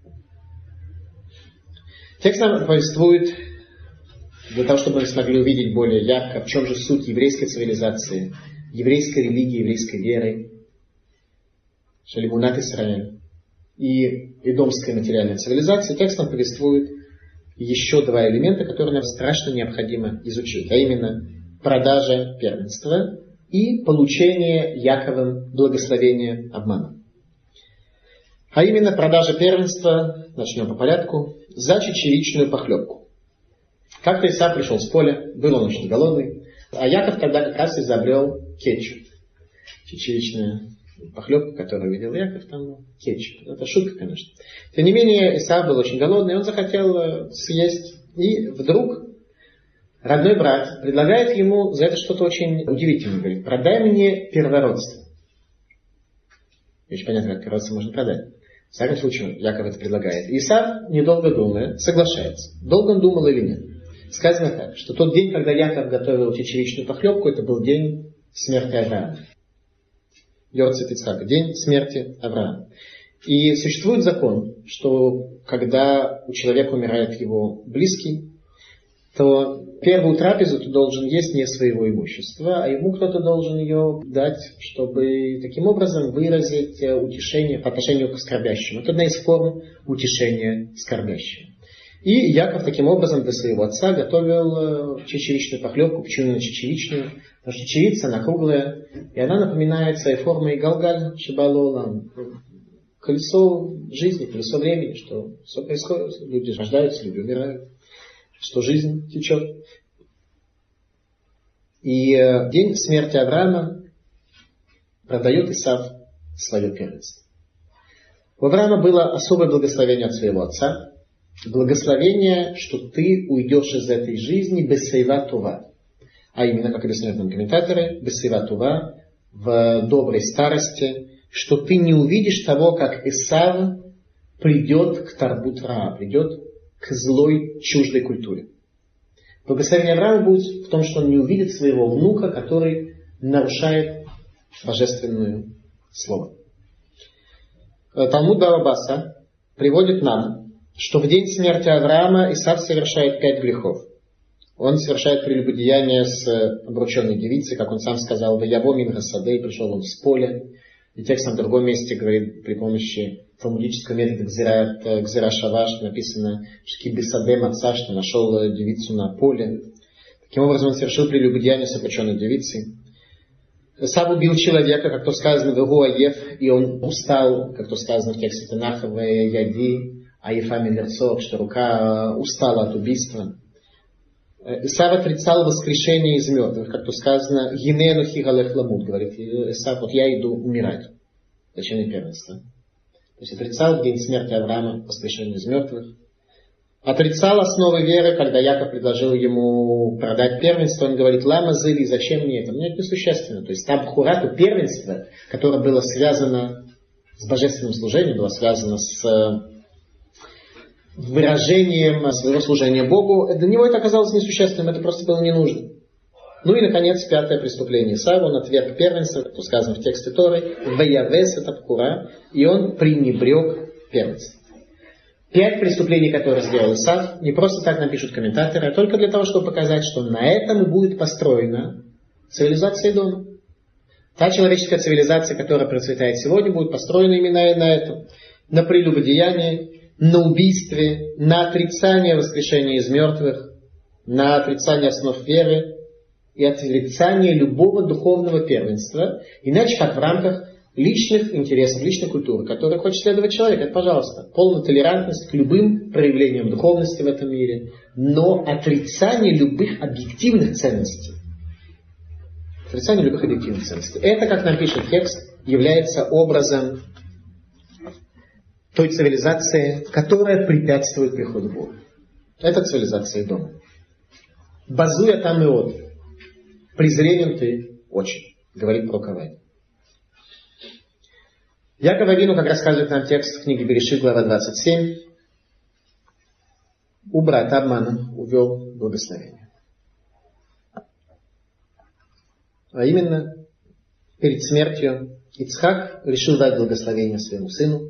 Текст нам повествует, для того, чтобы мы смогли увидеть более ярко, в чем же суть еврейской цивилизации, еврейской религии, еврейской веры, Шалимунат Исраэль и эдомской материальной цивилизации, текст нам повествует еще два элемента, которые нам страшно необходимо изучить, а именно продажа первенства и получение Яковом благословения обмана. А именно продажа первенства, начнем по порядку, за чечевичную похлебку. Как-то Исав пришел с поля, был он очень голодный, а Яков тогда как раз изобрел кетчуп. Чечевичная похлебка, которую видел Яков, там был кетчуп. Это шутка, конечно. Тем не менее, Исав был очень голодный, он захотел съесть, и вдруг родной брат предлагает ему за это что-то очень удивительное. Говорит, продай мне первородство. Очень понятно, как первородство можно продать. В всяком случае, Яков это предлагает. Исав, недолго думая, соглашается. Долго он думал или нет. Сказано так, что тот день, когда Яков готовил чечевичную похлебку, это был день смерти Авраама. Йорцит Ицхака, день смерти Авраама. И существует закон, что когда у человека умирает его близкий, то первую трапезу ты должен есть не своего имущества, а ему кто-то должен ее дать, чтобы таким образом выразить утешение по отношению к скорбящему. Это одна из форм утешения скорбящего. И Яков таким образом для своего отца готовил чечевичную похлебку, почему именно чечевичную? Потому что чечевица, она круглая, и она напоминает своей формой галгаль шибалола, колесо жизни, колесо времени, что все происходит, люди рождаются, люди умирают, что жизнь течет. И в день смерти Авраама продает Исав свое первенство. У Авраама было особое благословение от своего отца, благословение, что ты уйдешь из этой жизни бессейва това. А именно, как объясняют нам комментаторы, бессейва това, в доброй старости, что ты не увидишь того, как Исав придет к тарбут ра, придет к злой, чуждой культуре. Благословение Авраама будет в том, что он не увидит своего внука, который нарушает божественное слово. Талмуд Бава Басра приводит нам, что в день смерти Авраама Исав совершает пять грехов. Он совершает прелюбодеяние с обрученной девицей, как он сам сказал, «Ваяво мин хасадей», пришел он с поля. И текст на другом месте говорит при помощи талмудического метода гзира, гзира шаваш, написано «Шкибисаде маца», что нашел девицу на поле. Таким образом, он совершил прелюбодеяние с обрученной девицей. Исав убил человека, как то сказано, «Вегу аев», и он устал, как то сказано в тексте Танаха, «В яди аефа милерцо», что рука устала от убийства. Исав отрицал воскрешение из мертвых, как то сказано, «Гинену хигалех ламут», говорит Исав, вот я иду умирать. Зачем первенство? То есть отрицал в день смерти Авраама воскрешение из мертвых. Отрицал основы веры, когда Яков предложил ему продать первенство, он говорит, «Лама зыли, зачем мне это?» Мне это несущественно. То есть там бхурату первенство, которое было связано с божественным служением, было связано с выражением своего служения Богу, для него это оказалось несущественным, это просто было не нужно. Ну и, наконец, пятое преступление Исава. Он отверг первенство, как сказано в тексте Торы, «Ваявес это пкура», и он пренебрег первенством. Пять преступлений, которые сделал Исав, не просто так нам пишут комментаторы, а только для того, чтобы показать, что на этом и будет построена цивилизация Эдома. Та человеческая цивилизация, которая процветает сегодня, будет построена именно на этом. На прелюбодеянии, на убийстве, на отрицании воскрешения из мертвых, на отрицании основ веры и отрицании любого духовного первенства, иначе как в рамках личных интересов, личной культуры, которой хочет следовать человек. Это, пожалуйста, полная толерантность к любым проявлениям духовности в этом мире, но отрицание любых объективных ценностей. Отрицание любых объективных ценностей. Это, как нам пишет текст, является образом той цивилизации, которая препятствует приходу Бога. Это цивилизация Эдома. Базуя там и от. Презренен ты очень, говорит про Кавай. Яков Авину, как рассказывает нам текст в книге Берешит, глава двадцать семь, у брата обманом увел благословение. А именно, перед смертью Ицхак решил дать благословение своему сыну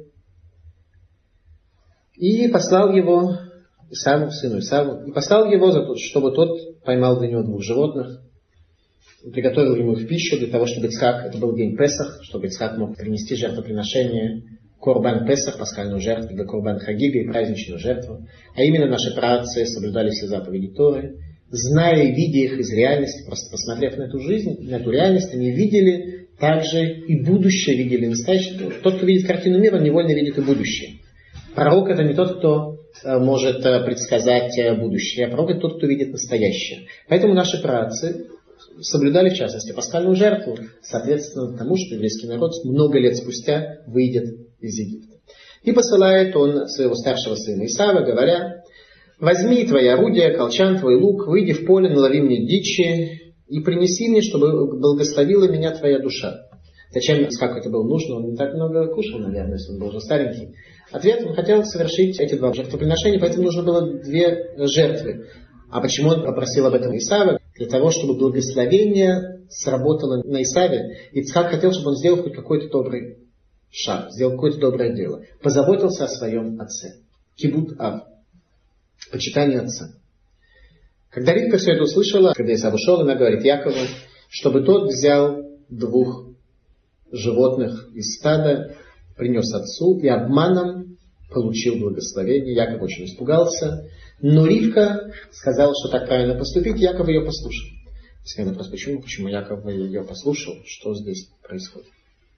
и послал его, Исаву, сыну Исаву, и послал его, за то, чтобы тот поймал для него двух животных, приготовил ему их пищу для того, чтобы Ицхак, это был день Песах, чтобы Ицхак мог принести жертвоприношение, Корбан Песах, паскальную жертву, для Корбан Хагига и праздничную жертву. А именно наши праотцы соблюдали все заповеди Торы, зная и видя их из реальности, просто посмотрев на эту жизнь, на эту реальность, они видели также и будущее, видели настоящее. Тот, кто видит картину мира, невольно видит и будущее. Пророк это не тот, кто может предсказать будущее, а пророк это тот, кто видит настоящее. Поэтому наши праотцы соблюдали, в частности, пасхальную жертву, соответственно тому, что еврейский народ много лет спустя выйдет из Египта. И посылает он своего старшего сына Исава, говоря: «Возьми твои орудия, колчан, твой лук, выйди в поле, налови мне дичи и принеси мне, чтобы благословила меня твоя душа». Зачем, как это было нужно? Он не так много кушал, наверное, если он был уже старенький. Ответ: он хотел совершить эти два жертвоприношения, поэтому нужно было две жертвы. А почему он попросил об этом Исава? Для того, чтобы благословение сработало на Исаве. Ицхак хотел, чтобы он сделал хоть какой-то добрый шаг, сделал какое-то доброе дело. Позаботился о своем отце. Кибут Ав. Почитание отца. Когда Ривка все это услышала, когда Исав ушел, она говорит Якову, чтобы тот взял двух животных из стада, принес отцу и обманом получил благословение. Яков очень испугался. Но Ривка сказала, что так правильно поступить, Яков ее послушал. Следующий вопрос: почему? Почему Яков ее послушал? Что здесь происходит?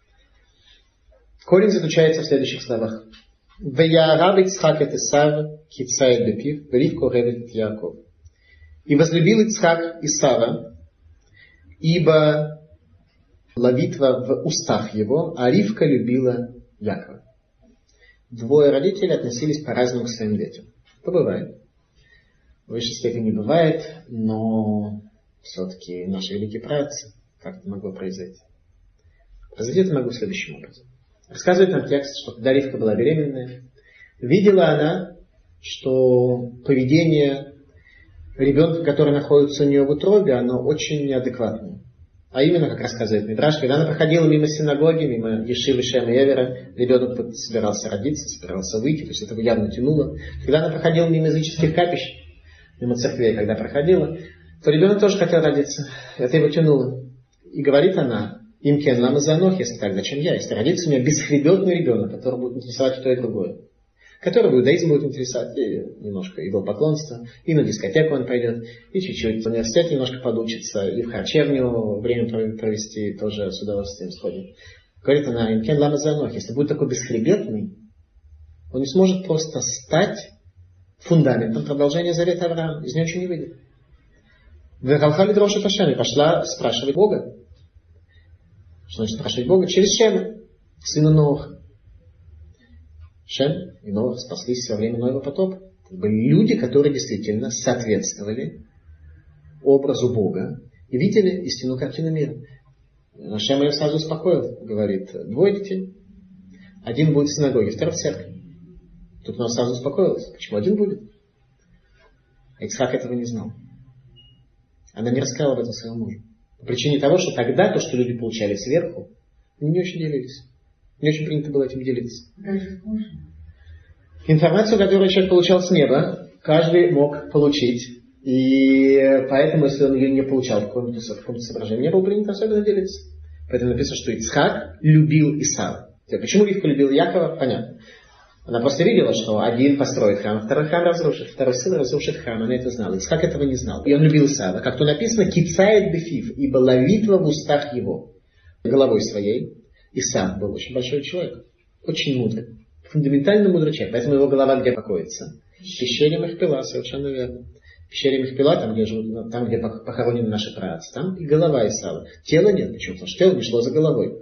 Корень заключается в следующих словах. «Веяраб Ицхак эт Исав кицает бепив, Ривка ревет Яков». И возлюбил Ицхак Исава, ибо ловитва в устах его, а Ривка любила Якова. Двое родителей относились по-разному к своим детям. Это бывает. В высшей степени не бывает, но все-таки наши великие праотцы, как это могло произойти? Произойти это могло следующим образом. Рассказывает нам текст, что когда Ривка была беременная, видела она, что поведение ребенка, который находится у нее в утробе, оно очень неадекватное. А именно, как рассказывает Мидраш, когда она проходила мимо синагоги, мимо Ешивы Шема Евера, ребенок собирался родиться, собирался выйти, то есть это явно тянуло. Когда она проходила мимо языческих капищ, мимо церквей, когда проходила, то ребенок тоже хотел родиться. Это его тянуло. И говорит она: «Им кен лама занох, если так, зачем я? Если родится у меня бесхребетный ребенок, который будет интересовать то и другое, который в иудаизм будет интересовать, и немножко идолопоклонство, и на дискотеку он пойдет, и чуть-чуть в университет немножко подучится, и в харчевню время провести тоже с удовольствием сходит». Говорит она: «Им кен лама занох, если будет такой бесхребетный, он не сможет просто стать фундаментом продолжения завета Авраама, из него ничего не выйдет». Вехалхали дроши Ташем, пошла спрашивать Бога. Что значит спрашивать Бога? Через Шема, сына Ноаха. Шем и Ноах спаслись во время Ноева потопа. Это были люди, которые действительно соответствовали образу Бога и видели истинную картину мира. Шем ее сразу успокоил, говорит: двое детей. Один будет в синагоге, второй в церкви. Тут она сразу успокоилась. Почему один будет? А Ицхак этого не знал. Она не рассказала об этом своему мужу. По причине того, что тогда то, что люди получали сверху, они не очень делились. Не очень принято было этим делиться. Даже информацию, которую человек получал с неба, каждый мог получить. И поэтому, если он ее не получал в каком-то, в каком-то соображении, не было принято особенно делиться. Поэтому написано, что Ицхак любил Исава. Почему Ривка любил Якова? Понятно. Она просто видела, что один построит храм, второй храм разрушит, второй сын разрушит храм. Она это знала. Ицхак этого не знал. И он любил Исава. Как то написано, кицает бефив, ибо ловитва в устах его. Головой своей Исав был очень большой человек. Очень мудрый. Фундаментально мудрый человек. Поэтому его голова где покоится? В пещере Махпела, совершенно верно. В пещере Махпела, там, где живут, там, где похоронены наши праотцы, там и голова Исава. Тела нет. Почему? Потому что тело не шло за головой.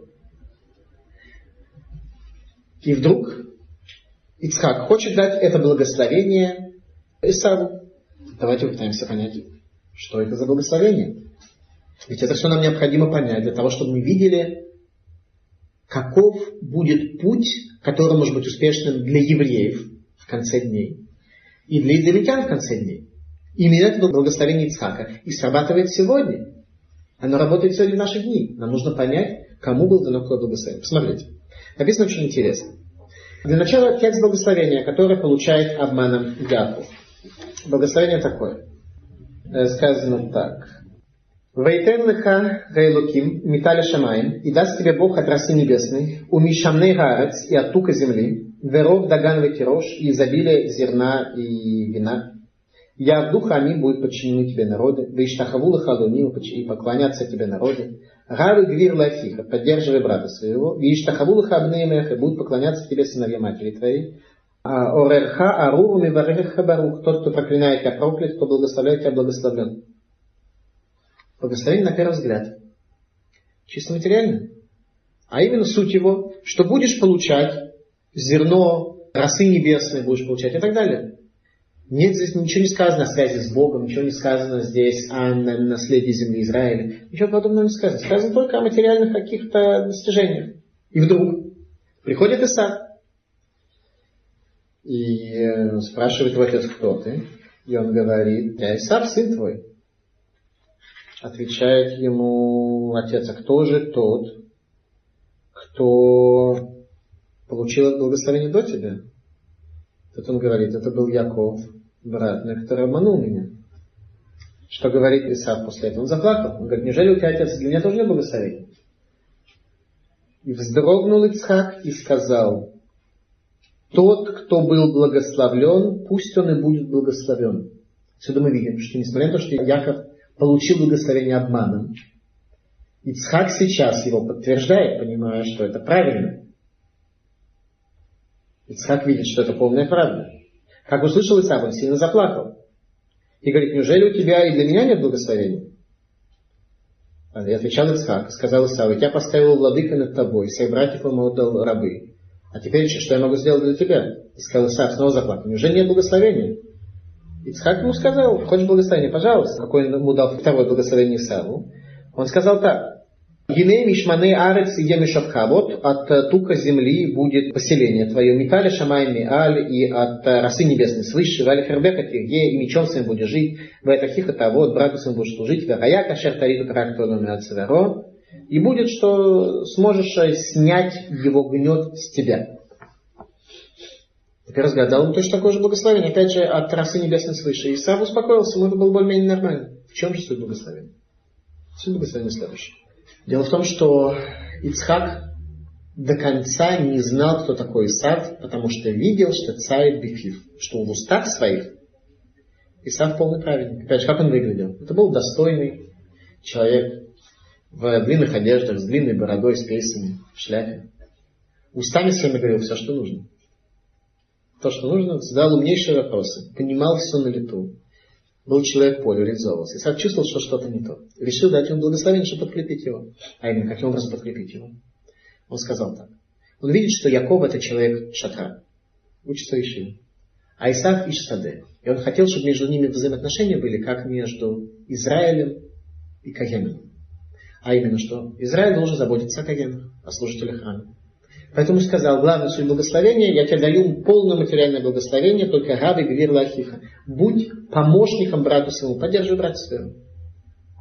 И вдруг Ицхак хочет дать это благословение Исаву. Давайте попытаемся понять, что это за благословение. Ведь это все нам необходимо понять для того, чтобы мы видели, каков будет путь, который может быть успешным для евреев в конце дней и для израильтян в конце дней. Именно это благословение Ицхака и срабатывает сегодня. Оно работает сегодня в наши дни. Нам нужно понять, кому было дано какое благословение. Посмотрите. Написано очень интересно. Для начала текст благословения, который получает обманом Яков. Благословение такое. Сказано так. «Вейтен леха гейлуким митали шамаим, и даст тебе Бог от росы небесной, у мишамней гарец, и от тука земли, веров даган ветирош, и изобилие зерна и вина. Я в духа ами будут подчинены тебе народы, да иштахаву леха луни, и поклонятся тебе народы. Гавы гвир лафиха, поддерживай брата своего, и иштахаву леха абнеемех, и будут поклоняться тебе сыновья матери твоей. Орерха аруру мивареха барух, тот, кто проклинает тебя, проклят, кто благословляет тебя, благословлен». Благословение на первый взгляд. Чисто материально. А именно суть его, что будешь получать зерно, росы небесные будешь получать и так далее. Нет здесь ничего не сказано о связи с Богом, ничего не сказано здесь о наследии земли Израиля. Ничего подобного не сказано. Сказано только о материальных каких-то достижениях. И вдруг приходит Исав и спрашивает его отец, кто ты? И он говорит, я Исав, сын твой. Отвечает ему отец, а кто же тот, кто получил благословение до тебя? Тут он говорит, это был Яков, брат, который обманул меня. Что говорит Исав после этого? Он заплакал. Он говорит, неужели у тебя отец для меня тоже нет благословения? И вздрогнул Ицхак и сказал, тот, кто был благословлен, пусть он и будет благословен. Отсюда мы видим, что несмотря на то, что Яков получил благословение обманом, Ицхак сейчас его подтверждает, понимая, что это правильно. Ицхак видит, что это полная правда. Как услышал Исав, он сильно заплакал. И говорит, неужели у тебя и для меня нет благословения? И отвечал Ицхак, сказал Исав, я поставил владыка над тобой, всех братьев ему отдал рабы. А теперь что я могу сделать для тебя? И сказал Исав, снова заплакал, неужели нет благословения? Ицхак ему сказал, хочешь благословение, пожалуйста. Какой он ему дал второе благословение Исаву? Он сказал так. Гиней мишманей арец емишабха. Вот от тука земли будет поселение твое. Митали шамай миаль, и от росы небесной свыше. Вали хербека тирге, и мечом своим будешь жить. Вайтахиха того, от брата своим будешь служить. Вераяка шертариту трактуэлами от северо. И будет, что сможешь снять его гнет с тебя. Теперь разгадал ему точно такое же благословение. Опять же, от росы небесной свыше. Исав успокоился, ему это было более-менее нормально. В чем же суть благословения? Суть благословения следующая. Дело в том, что Ицхак до конца не знал, кто такой Исав, потому что видел, что царь бефив, что в устах своих Исав полный праведник. Опять же, как он выглядел? Это был достойный человек в длинных одеждах, с длинной бородой, с пейсами, в шляпе. Устами своими говорил все, что нужно. То, что нужно, задал умнейшие вопросы, понимал все на лету. Был человек поляризовался. Исав чувствовал, что что-то не то. Решил дать ему благословение, чтобы подкрепить его. А именно, каким образом подкрепить его? Он сказал так. Он видит, что Яков это человек шатра. Учится решил. А Исав иш саде. И он хотел, чтобы между ними взаимоотношения были, как между Израилем и Каеном. А именно, что Израиль должен заботиться о Каенах, о служителях храма. Поэтому сказал, главное суть благословения, я тебе даю полное материальное благословение, только раби гвир лахиха. Будь помощником брату своему, поддерживай брата своего.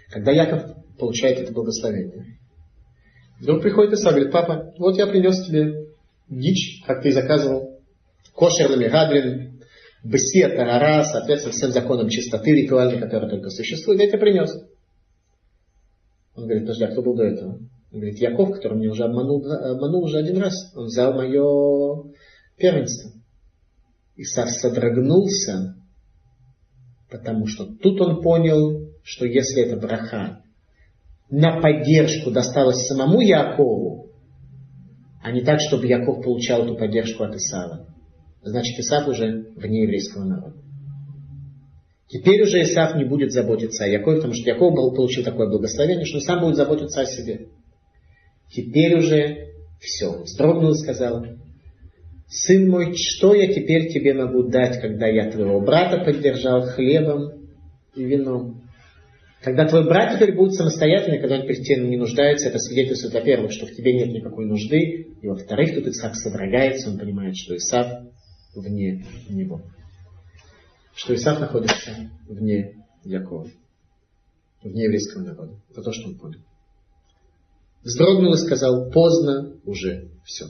Когда Яков получает это благословение, вдруг приходит Исав, говорит: папа, вот я принес тебе дичь, как ты и заказывал, кошер ламигадрин, бесия тарара, соответственно, всем законам чистоты ритуальной, которые только существуют, я тебе принес. Он говорит: подожди, а кто был до этого? Он говорит: Яков, который меня уже обманул, обманул уже один раз. Он взял мое первенство. Исав содрогнулся, потому что тут он понял, что если эта браха на поддержку досталась самому Якову, а не так, чтобы Яков получал эту поддержку от Исава, значит, Исав уже вне еврейского народа. Теперь уже Исав не будет заботиться о Якове, потому что Яков получил такое благословение, что он сам будет заботиться о себе. Теперь уже все. Он вздрогнул и сказал: сын мой, что я теперь тебе могу дать, когда я твоего брата поддержал хлебом и вином? Когда твой брат теперь будет самостоятельный, когда он перед тем не нуждается, это свидетельствует, во-первых, что в тебе нет никакой нужды, и во-вторых, тут Ицхак содрогается, он понимает, что Исав вне него. Что Исав находится вне Якова, вне еврейского народа. Это то, что он понял. Вздрогнул и сказал: поздно уже все.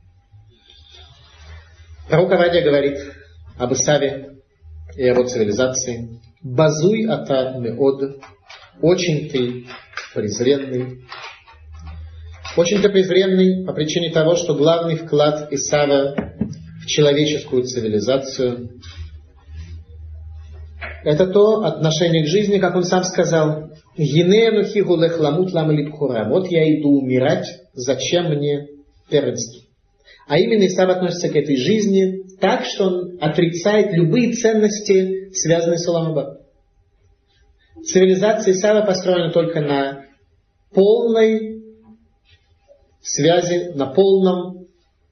Пророк Овадия говорит об Исаве и его цивилизации: базуй ата меод, очень ты презренный. Очень ты презренный по причине того, что главный вклад Исава в человеческую цивилизацию — это то отношение к жизни, как он сам сказал: вот я иду умирать, зачем мне первенство? А именно Исав относится к этой жизни так, что он отрицает любые ценности, связанные с Олам аба. Цивилизация Исава построена только на полной связи, на полном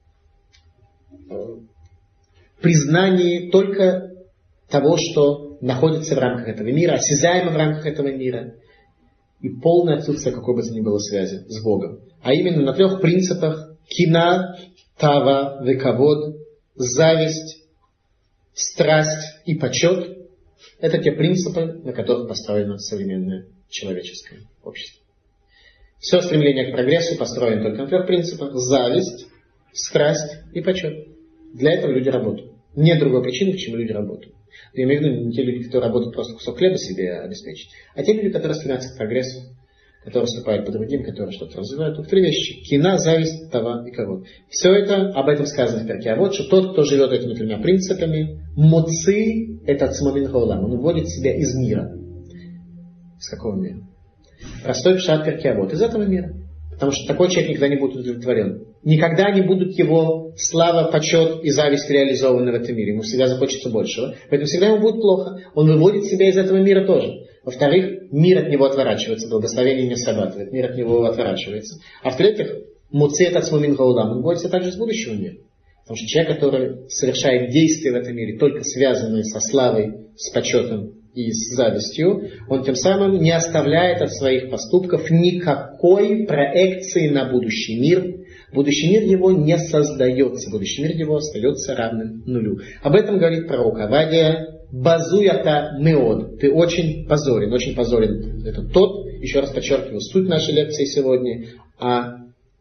признании только того, что находится в рамках этого мира, осязаемо в рамках этого мира, и полное отсутствие какой бы то ни было связи с Богом. А именно на трех принципах: кина, тава, векавод, зависть, страсть и почет. Это те принципы, на которых построено современное человеческое общество. Все стремление к прогрессу построено только на трех принципах: зависть, страсть и почет. Для этого люди работают. Нет другой причины, почему люди работают. Я имею в виду не те люди, которые работают просто кусок хлеба себе обеспечить, а те люди, которые стремятся к прогрессу, которые вступают по другим, которые что-то развивают. Вот три вещи: кина, зависть, тава и кавод. Все это, об этом сказано в Перке Авот, что тот, кто живет этими тремя принципами, моци — это цмамин хаолам, он выводит себя из мира. Из какого мира? Простой пшат Перке Авот. Из этого мира. Потому что такой человек никогда не будет удовлетворен. Никогда не будут его слава, почет и зависть реализованы в этом мире. Ему всегда захочется большего. Поэтому всегда ему будет плохо. Он выводит себя из этого мира тоже. Во-вторых, мир от него отворачивается. Благословение не срабатывает. Мир от него отворачивается. А в-третьих, муцей от ацмумин гаулам. Он выводится также из будущего мира. Потому что человек, который совершает действия в этом мире, только связанные со славой, с почетом и с завистью, он тем самым не оставляет от своих поступков никакой проекции на будущий мир. Будущий мир его не создается. Будущий мир его остается равным нулю. Об этом говорит пророк Овадия: базуята меод. Ты очень позорен. Очень позорен. Это тот, еще раз подчеркиваю, суть нашей лекции сегодня о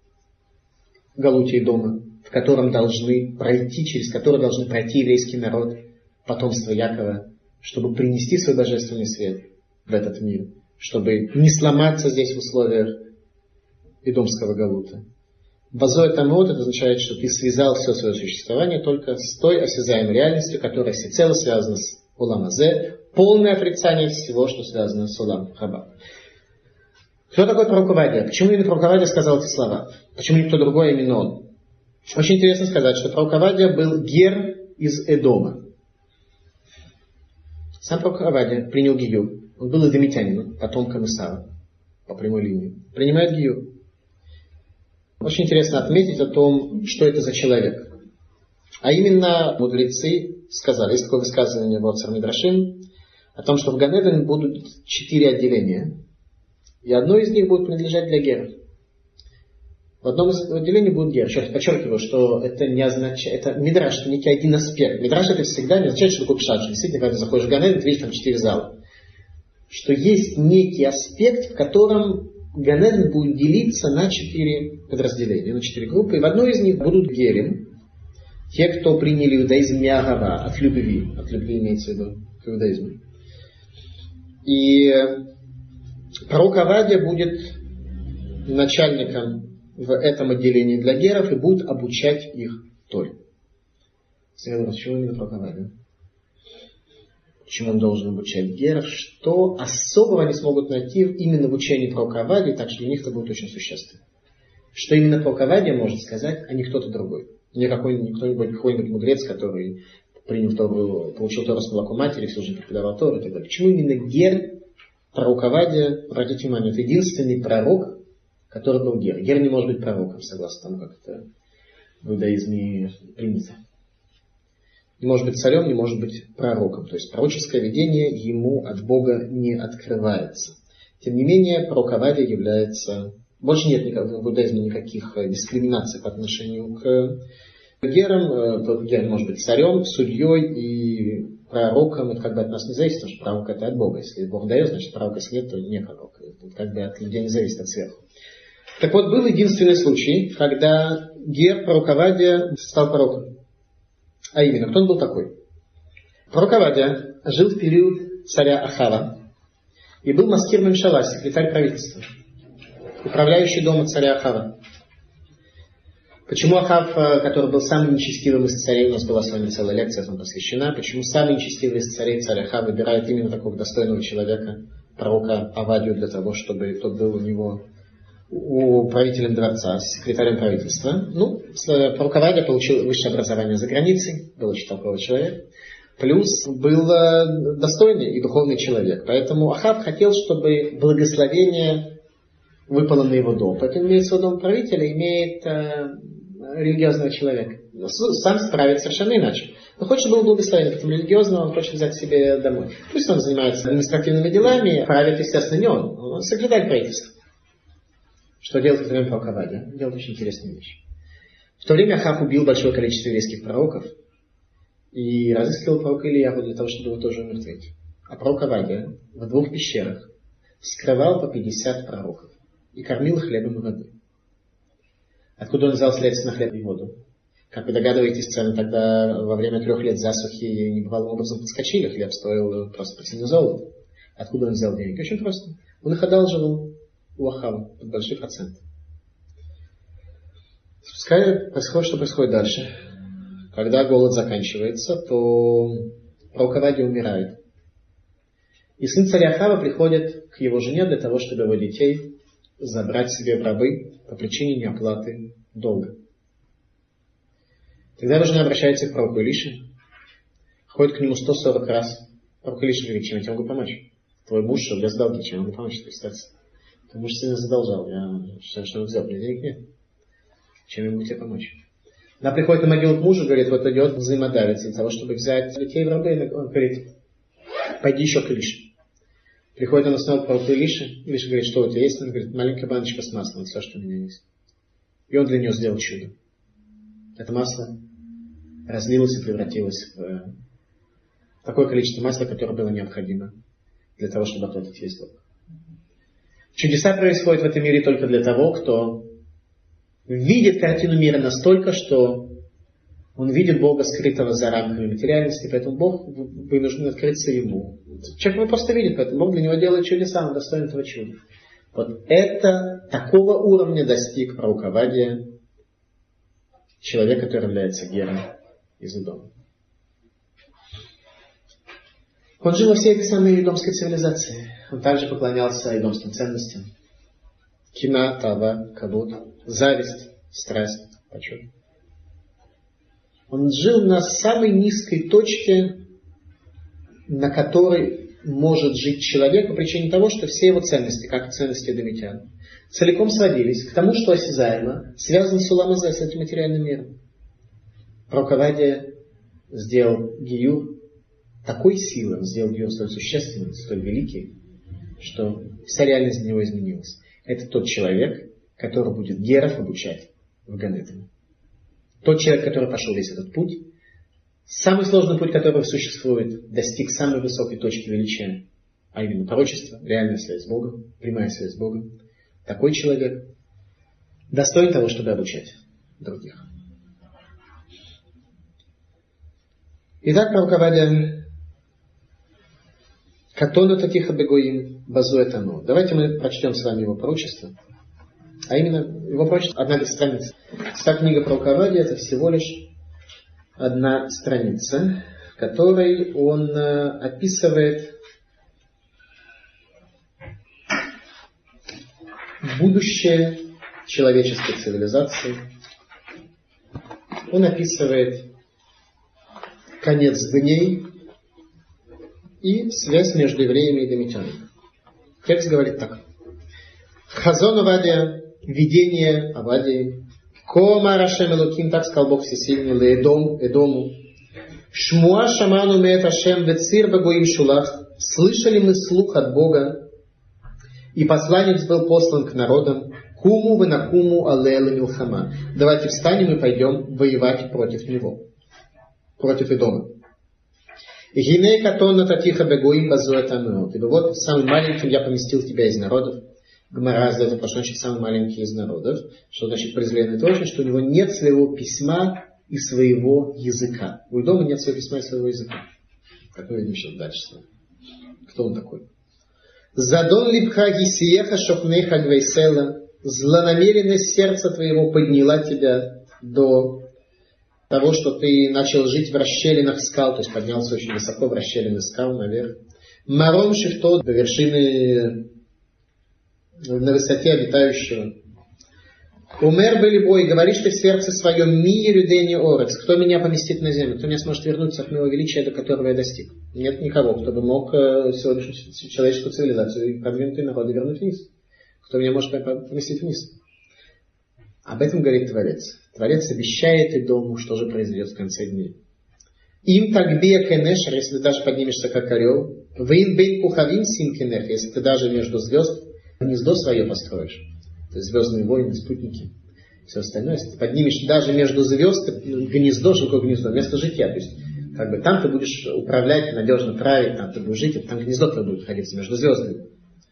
Галуте и дома, в котором должны пройти, через который должны пройти еврейский народ, потомство Якова, чтобы принести свой божественный свет в этот мир, чтобы не сломаться здесь в условиях идомского галута. Базой тамот — это означает, что ты связал все свое существование только с той осязаемой реальностью, которая всецело связана с Олам азе, полное отрицание всего, что связано с Олам хаба. Кто такой пророк Овадия? Почему именно пророк Овадия сказал эти слова? Почему никто другой, а именно он? Очень интересно сказать, что пророк Овадия был гер из Эдома. Сам пророк Овадия принял гиюр. Он был эдомитянином, потомком Исава, по прямой линии. Принимает гиюр. Очень интересно отметить о том, что это за человек. А именно, мудрецы сказали, есть такое высказывание в Оцар Мидрашим, о том, что в Ганеден будут четыре отделения, и одно из них будет принадлежать для геров. В одном из отделений будет гер. Еще раз подчеркиваю, что это не означает, это мидраш, это некий один аспект. Мидраш это всегда не означает, что такое пшат, что действительно, когда ты заходишь в Ганеден, ты видишь там четыре зала. что есть некий аспект, в котором Ганеден будет делиться на четыре подразделения, на четыре группы. И в одной из них будут герим, те, кто приняли иудаизм миагава, от любви. От любви имеется в виду к иудаизму. И пророк Авадия будет начальником в этом отделении для геров и будет обучать их Торе. Почему именно пророк Авадия? Почему он должен обучать геров? Что особого они смогут найти именно в учении пророка Авадии, так что для них это будет очень существенно. Что именно пророк Авадия может сказать, а не кто-то другой. Не какой-нибудь, кто-нибудь, какой-нибудь мудрец, который принял Тору, получил Тору с молоком матери, всю жизнь преподавал Тору и так далее. Почему именно гер, пророк Авадия, обратите внимание, это единственный пророк, который был гер. Гер не может быть пророком, согласно тому, как это в иудаизме принято. Не может быть царем, не может быть пророком. То есть пророческое видение ему от Бога не открывается. Тем не менее, пророк Авадия является... Больше нет никак, в иудаизме никаких дискриминаций по отношению к герам. Тот гер может быть царем, судьей и пророком. Это как бы от нас не зависит, потому что пророк это от Бога. Если Бог дает, значит пророк, если нет, то не пророк. Это как бы от людей не зависит, от сверху. Так вот, был единственный случай, когда гер, пророк Авадия, стал пророком. А именно, кто он был такой? Пророк Авадия жил в период царя Ахава и был маскир мемшала, секретарь правительства, управляющий домом царя Ахава. Почему Ахав, который был самым нечестивым из царей, у нас была с вами целая лекция этому посвящена, почему самый нечестивый из царей, царь Ахав, выбирает именно такого достойного человека, пророка Авадию, для того, чтобы тот был у него управителем дворца, секретарем правительства. Ну, пророк Авадия получил высшее образование за границей, был очень толковый человек, плюс был достойный и духовный человек. Поэтому Ахав хотел, чтобы благословение выпало на его дом. Поэтому имеется в виду дом правителя, имеет э, религиозного человека. Сам справится совершенно иначе. Но хочет, чтобы было благословение, поэтому религиозного он хочет взять себе домой. Пусть он занимается административными делами, правит, естественно, не он. Он секретарь правительства. Что делает в это время пророк Авадия? Делает очень интересную вещь. В то время Ахав убил большое количество еврейских пророков и разыскивал пророка Ильяву для того, чтобы его тоже умертвить. А пророк Авадия в двух пещерах скрывал по пятьдесят пророков и кормил хлебом и водой. Откуда он взял, следственно, хлеб и воду? Как вы догадываетесь, цены тогда во время трех лет засухи небывалым образом подскочили. Хлеб стоил просто почти золото. Откуда он взял деньги? Очень просто. Он их одалживал у Ахава под большой процент. Пускай происходит, что происходит дальше. Когда голод заканчивается, то пророк Авадия умирает. И сын царя Ахава приходит к его жене для того, чтобы его детей забрать себе в рабы по причине неоплаты долга. Тогда его жена обращается к пророку Илише, ходит к нему сто сорок раз. Пророк Илиша говорит: чем я тебе могу помочь? Твой муж влез в долги, чем я могу помочь? Представьте. Ты муж сильно задолжал. Я считаю, что он взял. Мне денег нет. Чем я могу тебе помочь? Она приходит на могилу к мужу, говорит: вот идет взаимодавец для того, чтобы взять детей в рабы. Он говорит: пойди еще к Илише. Приходит он снова к пророку Илише. Илиша говорит: что у тебя есть? Он говорит: маленькая баночка с маслом. Это все, что у меня есть. И он для нее сделал чудо. Это масло разлилось и превратилось в такое количество масла, которое было необходимо для того, чтобы оплатить весь долг. Чудеса происходят в этом мире только для того, кто видит картину мира настолько, что он видит Бога, скрытого за рамками материальности, поэтому Бог вынужден открыться ему. Человек просто видит, поэтому Бог для него делает чудеса, он достоин этого чуда. Вот это такого уровня достиг пророк Авадия, человек, который является гером из Эдома. Он жил во всей этой самой эдомской цивилизации. Он также поклонялся эдомским ценностям. Кина, тава, кабут, зависть, страсть, почет. Он жил на самой низкой точке, на которой может жить человек по причине того, что все его ценности, как и ценности эдомитян, целиком сводились к тому, что осязаемо, связано с улам с этим материальным миром. Пророк Авадия сделал гиюр такой силы, он сделал гиюр столь существенный, столь великий, что вся реальность для него изменилась. Это тот человек, который будет геров обучать в Ганедане. Тот человек, который пошел весь этот путь, самый сложный путь, который существует, достиг самой высокой точки величия, а именно пророчество, реальная связь с Богом, прямая связь с Богом, такой человек достоин того, чтобы обучать других. Итак, Прабхупада, Катона Татиха Бегоим Базуэт Ано. Давайте мы прочтем с вами его пророчество. А именно, его пророчество одна лишь страница. Вся книга Прабхупады это всего лишь одна страница, в которой он описывает будущее человеческой цивилизации. Он описывает конец дней и связь между евреями и домитянами. Текст говорит так. Хазон Авадия, видение Авадии, Кома Рашем Элоким, так сказал Бог Всесильный, Леэдом, Эдому, Шмуа Шаману Меэт Ашем Вецир Багоим Шулах, слышали мы слух от Бога, и посланец был послан к народам, Куму Венакуму Алела Милхама. Давайте встанем и пойдем воевать против него, против Эдома. Гиней Катона Татиха Бегоим Базуэтамеот. Ибо вот самым маленьким я поместил тебя из народов. Гмара задает вопрос, что значит самый маленький из народов. Что значит презренный? Это очень, что у него нет своего письма и своего языка. У Эдома нет своего письма и своего языка. Как мы видим сейчас дальше с вами. Кто он такой? Задон липха гисиеха шопнеха гвейсела. Злонамеренность сердца твоего подняла тебя до того, что ты начал жить в расщелинах скал, то есть поднялся очень высоко в расщелины скал наверх. Маром шифто, до вершины на высоте обитающего. Умер были бой, говоришь ты в сердце своем, ми юдени орец, кто меня поместит на землю, кто меня сможет вернуться от моего величия, до которого я достиг. Нет никого, кто бы мог сегодняшнюю человеческую цивилизацию и продвинутые народы вернуть вниз. Кто меня может поместить вниз. Об этом говорит Творец. Творец обещает Эдому, что же произойдет в конце дней. Им так бия кенешер, если ты даже поднимешься как орел, вин бейн кухавин сим кенех, если ты даже между звезд гнездо свое построишь. То есть звездные войны, спутники, все остальное. Если ты поднимешь даже между звезд гнездо, что такое гнездо, место жития. То есть как бы там ты будешь управлять, надежно править, там ты будешь жить, там гнездо твое будет находиться между звездами.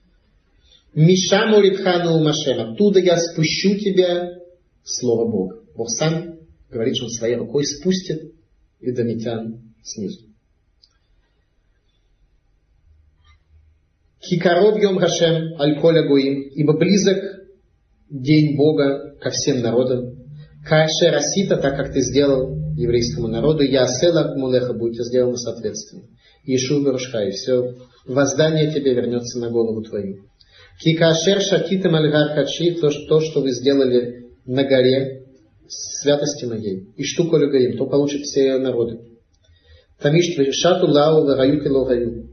Мишаму рибхану машем, оттуда я спущу тебя Слово Бога. Бог сам говорит, что он своей рукой спустит эдомитян снизу. Кикаров йом Хашем аль коля гоим, ибо близок день Бога ко всем народам. Каше расита, так как ты сделал еврейскому народу, я асела мулеха, будет сделано соответственно. Ишу верушха, и все воздание тебе вернется на голову твою. Кикашер шатитам аль-гар качи, то, что вы сделали на горе святости моей, и штуку люгаим, то получат все народы. Тамиш шату лау вараю кило гаю.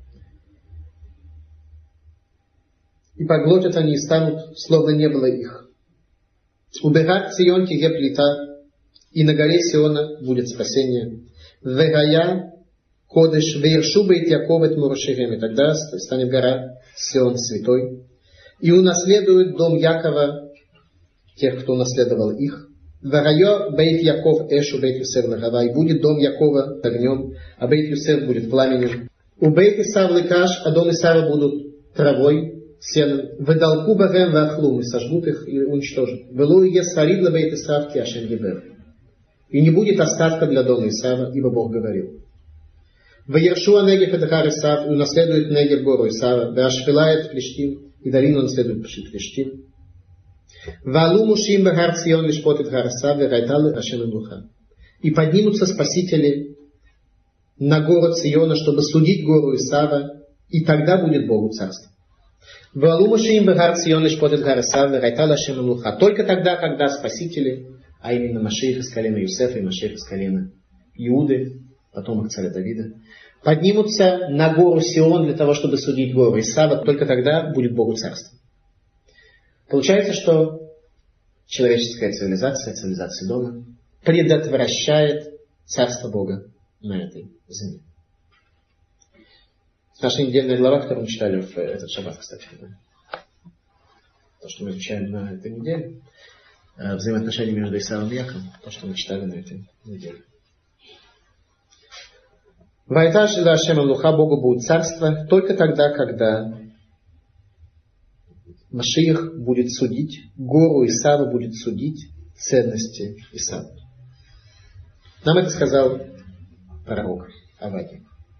И поглотят они и станут, словно не было их. Убегат Сион киге плита, и на горе Сиона будет спасение. Вегая кодыш веершу бейт Яковет мураширем, и тогда станет гора Сион святой. И унаследует дом Якова тех, кто унаследовал их. Варайо бейт Яков эшу бейт Юсеф лагава, и будет дом Якова огнем, а бейт Юсеф будет пламенем. У бейт Исав лыкаш, а дом Исава будут травой, сеном. Выдалку багем вахлум, и сожгут их и уничтожат. Велу и есарид ла бейт Исав киашем гибер. И не будет остатка для дома Исава, ибо Бог говорил. Ваершуа негев это гар Исав, и унаследует негев гору Исава, ваашфилает Плештим, и долину унаследует Плештим. Валу мушим багар Цион лишпотит гар Исав, вегайталы Ашем Муха. И поднимутся спасители на гору Циона, чтобы судить гору Исава, и тогда будет Богу царство. Валу мушим багар Цион лишпотит гар Исав, вегайталы Ашем Муха. Только тогда, когда спасители, а именно Машиах из колена Юсефа и Машиах из колена Иуды, потомок царя Давида, поднимутся на гору Сион для того, чтобы судить гору Исава, только тогда будет Богу царство. Получается, что человеческая цивилизация, цивилизация дома, предотвращает царство Бога на этой земле. Наша недельная глава, которую мы читали в этот шаббат, кстати. То, что мы изучаем на этой неделе, взаимоотношения между Исавом и Яковом, то, что мы читали на этой неделе. Вайташ да Ашем Амлуха, Богу будет царство только тогда, когда Машиах будет судить, гору Исава будет судить ценности Исава. Нам это сказал пророк Авадия.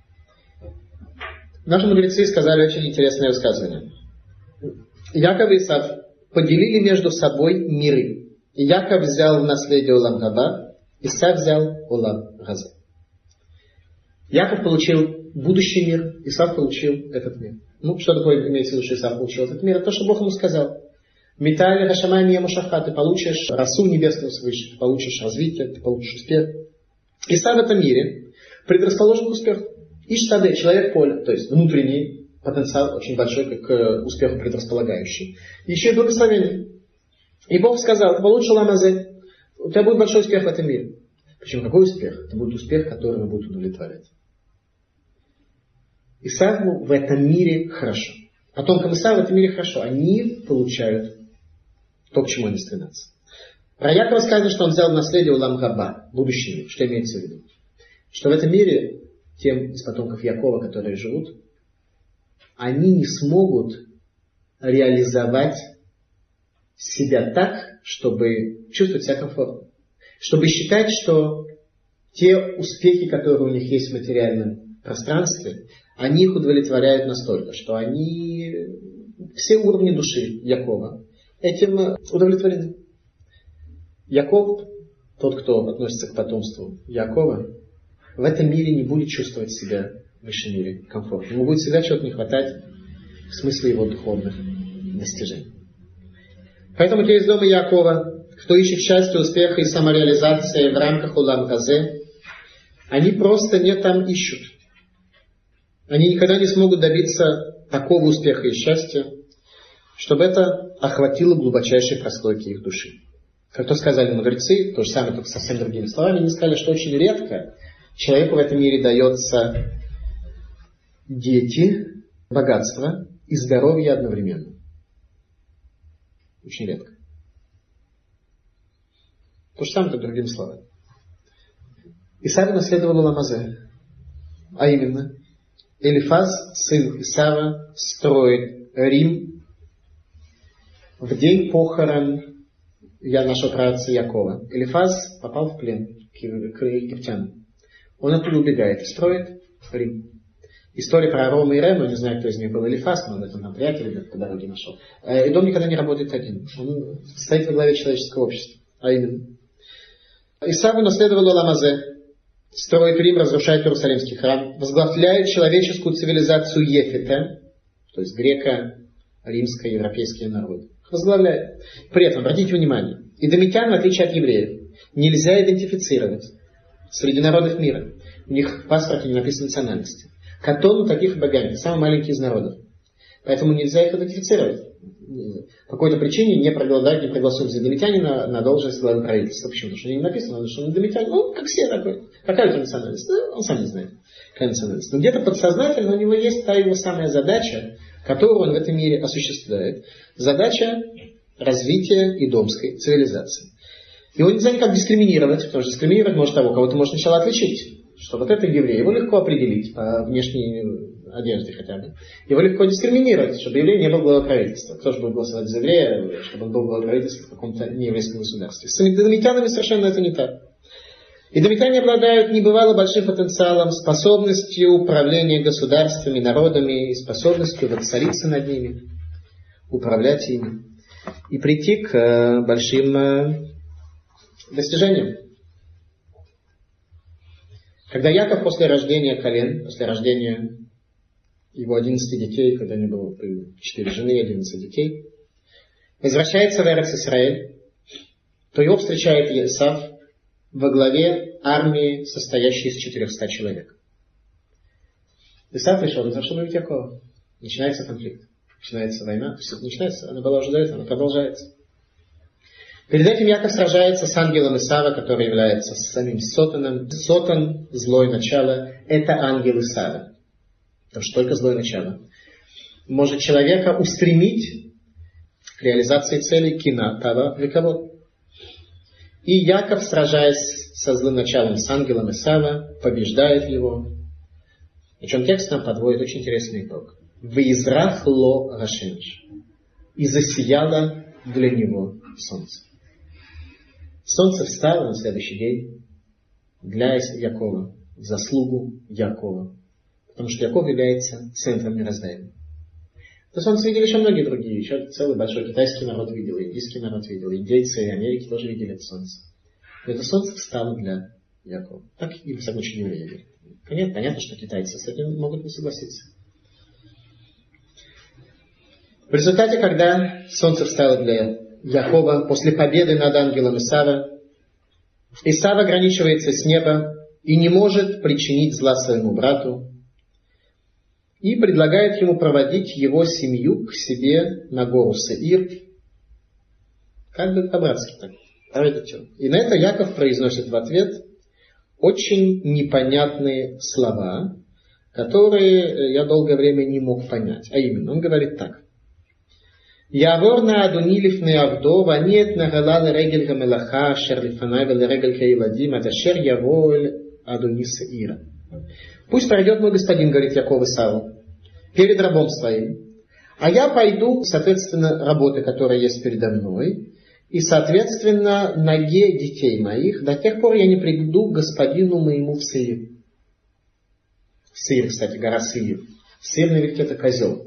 Наши мудрецы сказали очень интересное высказывание. Яков и Исав поделили между собой миры. И Яков взял в наследие Олам Габа, Исав взял Олам Газа. Яков получил будущий мир, Исав получил этот мир. Ну, что такое имеется в виду, что Исав получил этот мир? Это то, что Бог ему сказал. Металли Рашамай Мия Мушаха, ты получишь расу небесную свыше, ты получишь развитие, ты получишь успех. Исав в этом мире предрасположен к успеху. Иш-Саде, человек поля, то есть внутренний потенциал очень большой, к успеху предрасполагающий. Еще и благословение. И Бог сказал, ты получишь ламазе, у тебя будет большой успех в этом мире. Причем какой успех? Это будет успех, который его будет удовлетворять. Исаву в этом мире хорошо. Потомкам Исава в этом мире хорошо. Они получают то, к чему они стремятся. Про Якова сказано, что он взял в наследие Улам Габа, будущий мир. Что имеется в виду? Что в этом мире тем из потомков Якова, которые живут, они не смогут реализовать себя так, чтобы чувствовать себя комфортно. Чтобы считать, что те успехи, которые у них есть в материальном пространстве, они их удовлетворяют настолько, что они все уровни души Якова этим удовлетворены. Яков, тот, кто относится к потомству Якова, в этом мире не будет чувствовать себя в высшем мире комфортно. Ему будет всегда чего-то не хватать в смысле его духовных достижений. Поэтому те из дома Якова, кто ищет счастья, успеха и самореализации в рамках Улам Газе, они просто не там ищут. Они никогда не смогут добиться такого успеха и счастья, чтобы это охватило глубочайшие прослойки их души. Как то сказали мудрецы, то же самое, только совсем другими словами, они сказали, что очень редко человеку в этом мире дается дети, богатство и здоровье одновременно. Очень редко. То же самое, только другими словами. Исав наследовал Ламазе. А именно, Элифаз, сын Исава, строит Рим в день похорон я нашего праотца Якова. Элифаз попал в плен к египтянам. Он оттуда убегает и строит Рим. История про Рома и Рему, не знаю, кто из них был Элифаз, но это нам приятель по дороге нашел. И дом никогда не работает один. Он стоит во главе человеческого общества. А именно, Исав наследовал Ламазе, строит Рим, разрушает Иерусалимский храм, возглавляет человеческую цивилизацию Ефета, то есть греко-римско-европейские народы. Возглавляет. При этом, обратите внимание, идомитян, в отличие от евреев, нельзя идентифицировать среди народов мира. У них в паспорте не написано национальности. Катону таких богами, самый маленький из народов. Поэтому нельзя их идентифицировать. По какой-то причине не проголодают, не пригласуют за идомитянина на должность главы правительства. Почему? Потому что не написано, что он идомитянин. Ну, как все такой. Какая у него национальность? Ну, он сам не знает, какая национальность. Но где-то подсознательно у него есть та его самая задача, которую он в этом мире осуществляет. Задача развития идомской цивилизации. Его нельзя никак дискриминировать, потому что дискриминировать может того, кого ты можешь сначала отличить. Что вот это еврей, его легко определить по внешней одежде хотя бы. Его легко дискриминировать, чтобы еврей не был главой правительства. Кто же будет голосовать за еврея, чтобы он был главой правительства в каком-то нееврейском государстве. С идомитянами совершенно это не так. Идомитяне обладают небывало большим потенциалом, способностью управления государствами, народами, и способностью воцариться над ними, управлять ими и прийти к большим достижениям. Когда Яков после рождения колен, после рождения его одиннадцати детей, когда у него было четыре жены и одиннадцать детей, возвращается в Эрец-Исраэль, то его встречает Исав во главе армии, состоящей из четырехсот человек. Исав пришел для того, чтобы убить Якова. Начинается конфликт, начинается война. Все это начинается, она была уже до этого, она продолжается. Перед этим Яков сражается с ангелом Исава, который является самим Сотаном. Сотан, злое начало, это ангел Исава. Потому что только злое начало может человека устремить к реализации целей кина, тава, вековод. И Яков, сражаясь со злым началом, с ангелом Исава, побеждает его Причем текст нам подводит очень интересный итог. «Ваизрах ло гашемиш». И засияло для него солнце. Солнце встало на следующий день для Якова, в заслугу Якова. Потому что Яков является центром мироздания. То солнце видели еще многие другие. Еще целый большой китайский народ видел, индийский народ видел, индейцы Америки тоже видели это солнце. Но это солнце встало для Якова. Так и, во всяком случае, евреи видели. Понятно, понятно, что китайцы с этим могут не согласиться. В результате, когда солнце встало для Якова, после победы над ангелом Исава, Исав ограничивается с неба и не может причинить зла своему брату, и предлагает ему проводить его семью к себе на гору Сеир, как бы по-братски так. И на это Яков произносит в ответ очень непонятные слова, которые я долгое время не мог понять. А именно, он говорит так. «Явор на адуни лифней авдо, ванет нагала лерегель гамелаха, шер лифанай велерегель каиладим, аташер яволь адуни Сеира». «Пусть пройдет мой господин, — говорит Яков Исаву, — перед рабом своим, а я пойду, соответственно, работы, которая есть передо мной, и, соответственно, ноге детей моих, до тех пор я не приду к господину моему в Сеир». Сеир, кстати, гора Сеир. Сеир на иврите — это козел.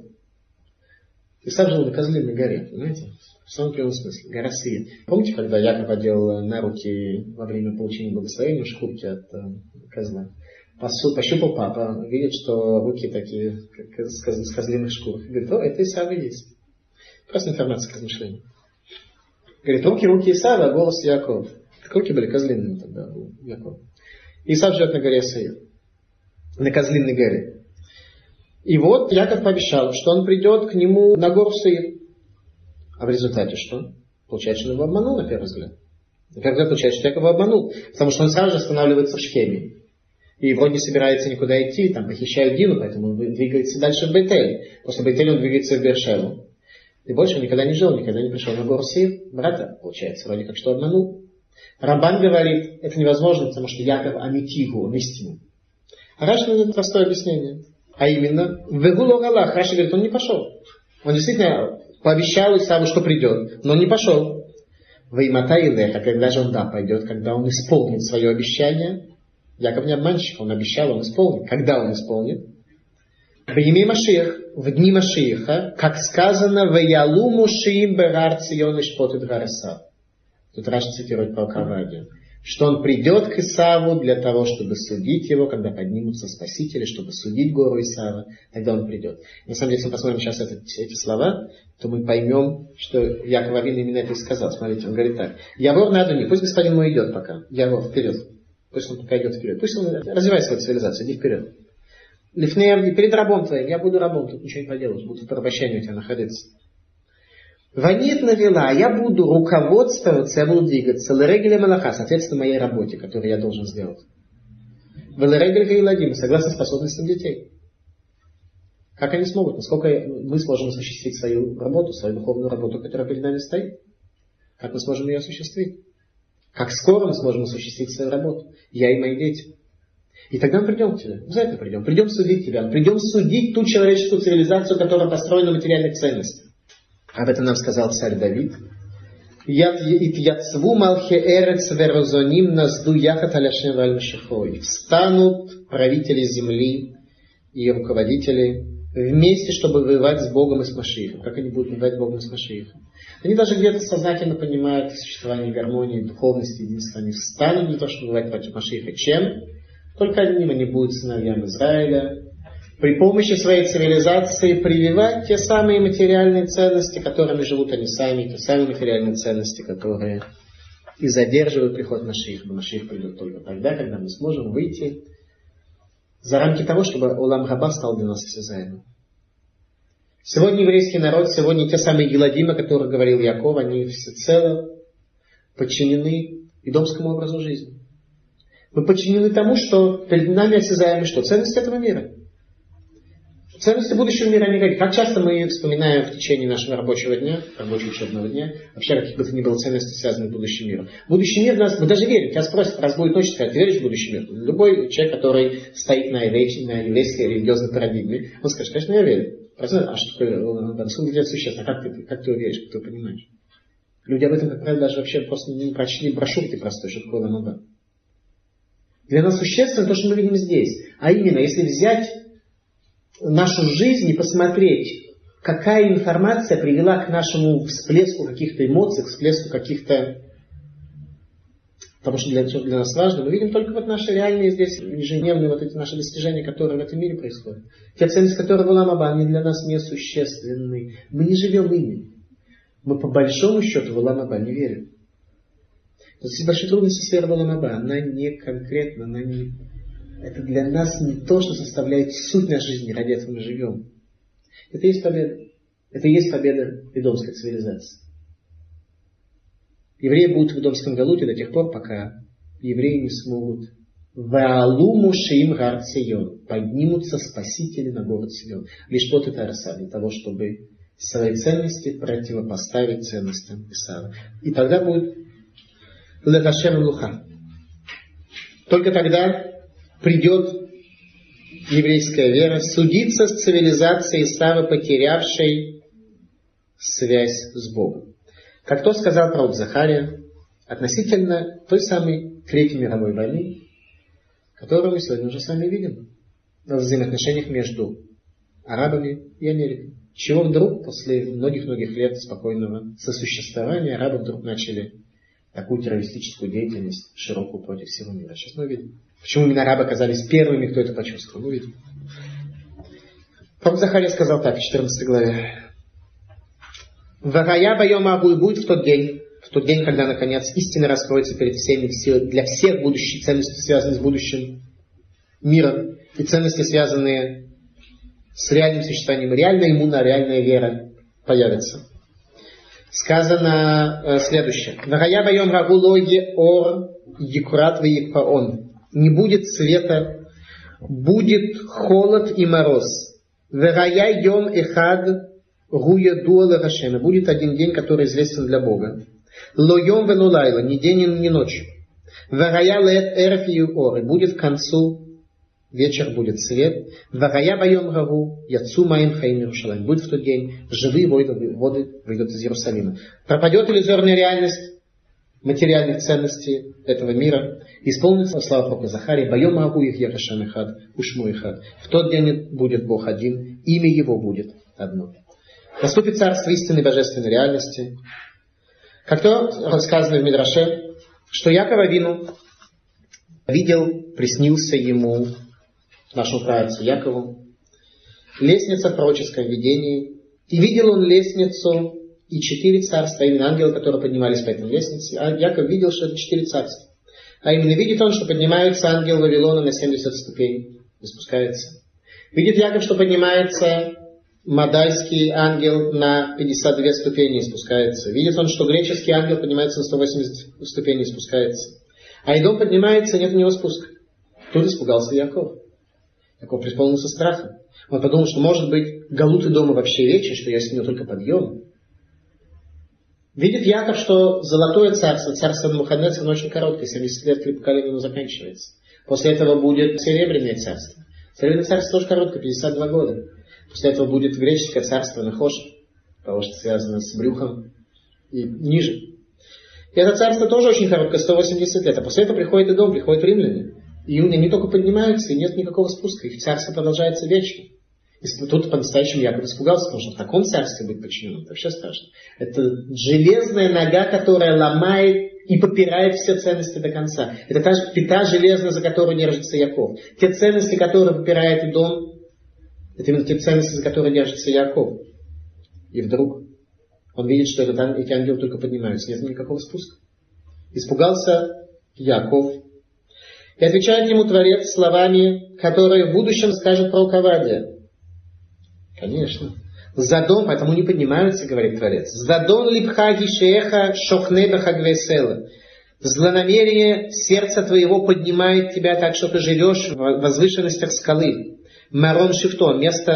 Исав жил на Козлиной горе, понимаете? В самом прямом смысле. Гора Сеир. Помните, когда Яков одел на руки во время получения благословения шкурки от э, козла? Посу, пощупал папа, видит, что руки такие, как с, коз, с козлиных шкур. Говорит: о, это Исав и есть. Просто информация к размышлению. Говорит: руки, руки Исава, а голос Якова. Так руки были козлиными тогда у Якова. Исав живет на горе Сеир. На Козлиной горе. И вот Яков пообещал, что он придет к нему на гору Сеир. А в результате что? Получается, что он его обманул, на первый взгляд. И когда получается, что Яков его обманул? Потому что он сразу же останавливается в Шхеме. И вроде не собирается никуда идти, там похищают Дину, поэтому он двигается дальше в Бейтель. После Бейтеля он двигается в Бершеву. И больше он никогда не жил, никогда не пришел на гору Сеир. Брата, получается, вроде как что обманул. Рамбан говорит, это невозможно, потому что Яков амитигу, он истинный. А Раши дает простое объяснение. А именно, вегуло галах. Раши говорит, он не пошел. Он действительно пообещал Исаву, что придет, но он не пошел. Веймата илеха, когда же он да пойдет, когда он исполнит свое обещание. Яков не обманщик, он обещал, он исполнит. Когда он исполнит? В имя Машиах, в дни Машиаха, как сказано, «Ваялу мушиим берар цион ишпот эдгар Исав». Тут Раши цитирует пророка Авадию. Что он придет к Исаву для того, чтобы судить его, когда поднимутся спасители, чтобы судить гору Исава, тогда он придет. На самом деле, если мы посмотрим сейчас это, эти слова, то мы поймем, что Яков Авину именно это и сказал. Смотрите, он говорит так. «Явор на Адуни, пусть господин мой идет пока. Явор, вперед. Пусть он пока идет вперед. Пусть он развивает свою цивилизацию, иди вперед. Лифней, перед рабом твоим, я буду рабом, тут ничего не поделаешь, буду в порабощении у тебя находиться. Ванит навела, я буду руководствоваться, я буду двигаться. Лерегеля малаха, соответственно, моей работе, которую я должен сделать. Велерегеля каиладим, согласно способностям детей. Как они смогут? Насколько мы сможем осуществить свою работу, свою духовную работу, которая перед нами стоит? Как мы сможем ее осуществить? Как скоро мы сможем осуществить свою работу? Я и мои дети. И тогда мы придем к тебе. Мы за это придем. Придем судить тебя. Мы придем судить ту человеческую цивилизацию, которая построена на материальных ценностях. Об этом нам сказал царь Давид. Встанут правители земли и руководители вместе, чтобы воевать с Богом и с Машиахом. Как они будут воевать с Богом и с Машиахом? Они даже где-то сознательно понимают существование гармонии, духовности, единства. Они встанут для того, чтобы воевать против Машиаха. Чем? Только одним: они будут сыновьям Израиля. При помощи своей цивилизации прививать те самые материальные ценности, которыми живут они сами, те самые материальные ценности, которые и задерживают приход Машиаха. Машиах придет только тогда, когда мы сможем выйти за рамки того, чтобы Улам Хаба стал для нас осязаемым. Сегодня еврейский народ, сегодня те самые Гиладим, о которых говорил Яков, они всецело подчинены идомскому образу жизни. Мы подчинены тому, что перед нами осязаемы что? Ценности этого мира. Ценности будущего мира никаких. Как часто мы вспоминаем в течение нашего рабочего дня, рабочего учебного дня, вообще каких бы то ни было ценностей, связанных с будущим миром. Будущий мир нас, мы даже верим. Тебя спросят, раз будет ночь, сказать, ты веришь в будущий мир? Любой человек, который стоит на еврейской, на еврейской религиозной парадигме, он скажет, конечно, я верю. А что такое, насколько для существенно, как ты, как ты веришь, как ты понимаешь? Люди об этом, как правило, даже вообще просто не прочли брошюрки простой, что такое ламаба. Для нас существенно то, что мы видим здесь. А именно, если взять нашу жизнь и посмотреть, какая информация привела к нашему всплеску каких-то эмоций, к всплеску каких-то... Потому что для, для нас важно, мы видим только вот наши реальные здесь ежедневные вот эти наши достижения, которые в этом мире происходят. Те ценности, которые в Олам Аба, они для нас несущественны. Мы не живем ими. Мы по большому счету в Олам Аба не верим. Здесь большие трудности с верой в Олам Аба. Она не конкретна, она не... Это для нас не то, что составляет суть нашей жизни, ради этого мы живем. Это и есть победа. Это и есть победа ведомской цивилизации. Евреи будут в ведомском галуте до тех пор, пока евреи не смогут «Ваалуму шеим гар Цион» поднимутся спасители на город Сион. Лишь вот это арса, для того, чтобы свои ценности противопоставить ценностям Исава. И тогда будет «Лехашем луха». Только тогда придет еврейская вера судиться с цивилизацией Исава, потерявшей связь с Богом. Как то сказал пророк Захария относительно той самой Третьей мировой войны, которую мы сегодня уже с вами видим в взаимоотношениях между арабами и Америкой. Чего вдруг после многих-многих лет спокойного сосуществования арабы вдруг начали такую террористическую деятельность широкую против всего мира. Сейчас мы увидим. Почему именно арабы оказались первыми, кто это почувствовал? Мы увидим. Пророк Захария сказал так в четырнадцатой главе. «Варая байом агу» и будет в тот день, в тот день, когда, наконец, истина раскроется перед всеми, для всех будущих ценностей, связанных с будущим миром, и ценности, связанные с реальным существованием. Реальная иммуна, реальная вера появится. Сказано э, следующее. «Варая байом агу логи ор якурат ваикпаон». Не будет света, будет холод и мороз. «Варая йом эхад руя дуала рашена». Будет один день, который известен для Бога. «Ло йом ве ло лайла», ни день, ни ночь. «Варая леет эрф и оры». Будет к концу вечер, будет свет. «Варая байом гаву яцу маим хаим Иерушалайм». Будет в тот день живые воды, воды выйдут из Иерусалима. Пропадет иллюзорная реальность материальных ценностей этого мира. Исполнится слава пророка Захария. «Байом агу их ярашан эхад, ушму эхад». В тот день будет Бог один, имя Его будет одно. Наступит царство истинной божественной реальности. Как то рассказано в Мидраше, что Яков Авину видел, приснился ему, нашему праотцу Якову, лестница в пророческом видении. И видел он лестницу и четыре царства, именно ангелы, которые поднимались по этой лестнице. А Яков видел, что это четыре царства. А именно видит он, что поднимается ангел Вавилона на семьдесят ступеней и спускается. Видит Яков, что поднимается Мадайский ангел на пятьдесят две ступени и спускается. Видит он, что греческий ангел поднимается на сто восемьдесят ступеней и спускается. А Идом поднимается, нет у него спуска. Тут испугался Яков. Яков преисполнился страхом. Он подумал, что может быть галут Идома вообще вечен, что есть у него только подъем. Видит Яков, что золотое царство, царство Навуходоносора, оно очень короткое, семьдесят лет, три поколения ему заканчивается. После этого будет серебряное царство. Серебряное царство тоже короткое, пятьдесят два года. После этого будет греческое царство Нахош, потому что связано с брюхом и ниже. И это царство тоже очень короткое, сто восемьдесят лет. А после этого приходит Идом, приходят римляне. И они только поднимаются, и нет никакого спуска. Их царство продолжается вечно. И тут по-настоящему Яков испугался, потому что в таком царстве быть подчиненным, это вообще страшно. Это железная нога, которая ломает и попирает все ценности до конца. Это та же пята железная, за которую держится Яков. Те ценности, которые попирает Идом, это именно те ценности, за которые держится Яков. И вдруг он видит, что этот, эти ангелы только поднимаются. Нет никакого спуска. Испугался Яков. И отвечает ему Творец словами, которые в будущем скажет пророк Овадия. Конечно. Задон, поэтому не поднимаются, говорит Творец. Задон липхаги шееха шохнеба хагвесела. Злонамерение сердца твоего поднимает тебя так, что ты живешь в возвышенностях скалы. Марон Шифто, место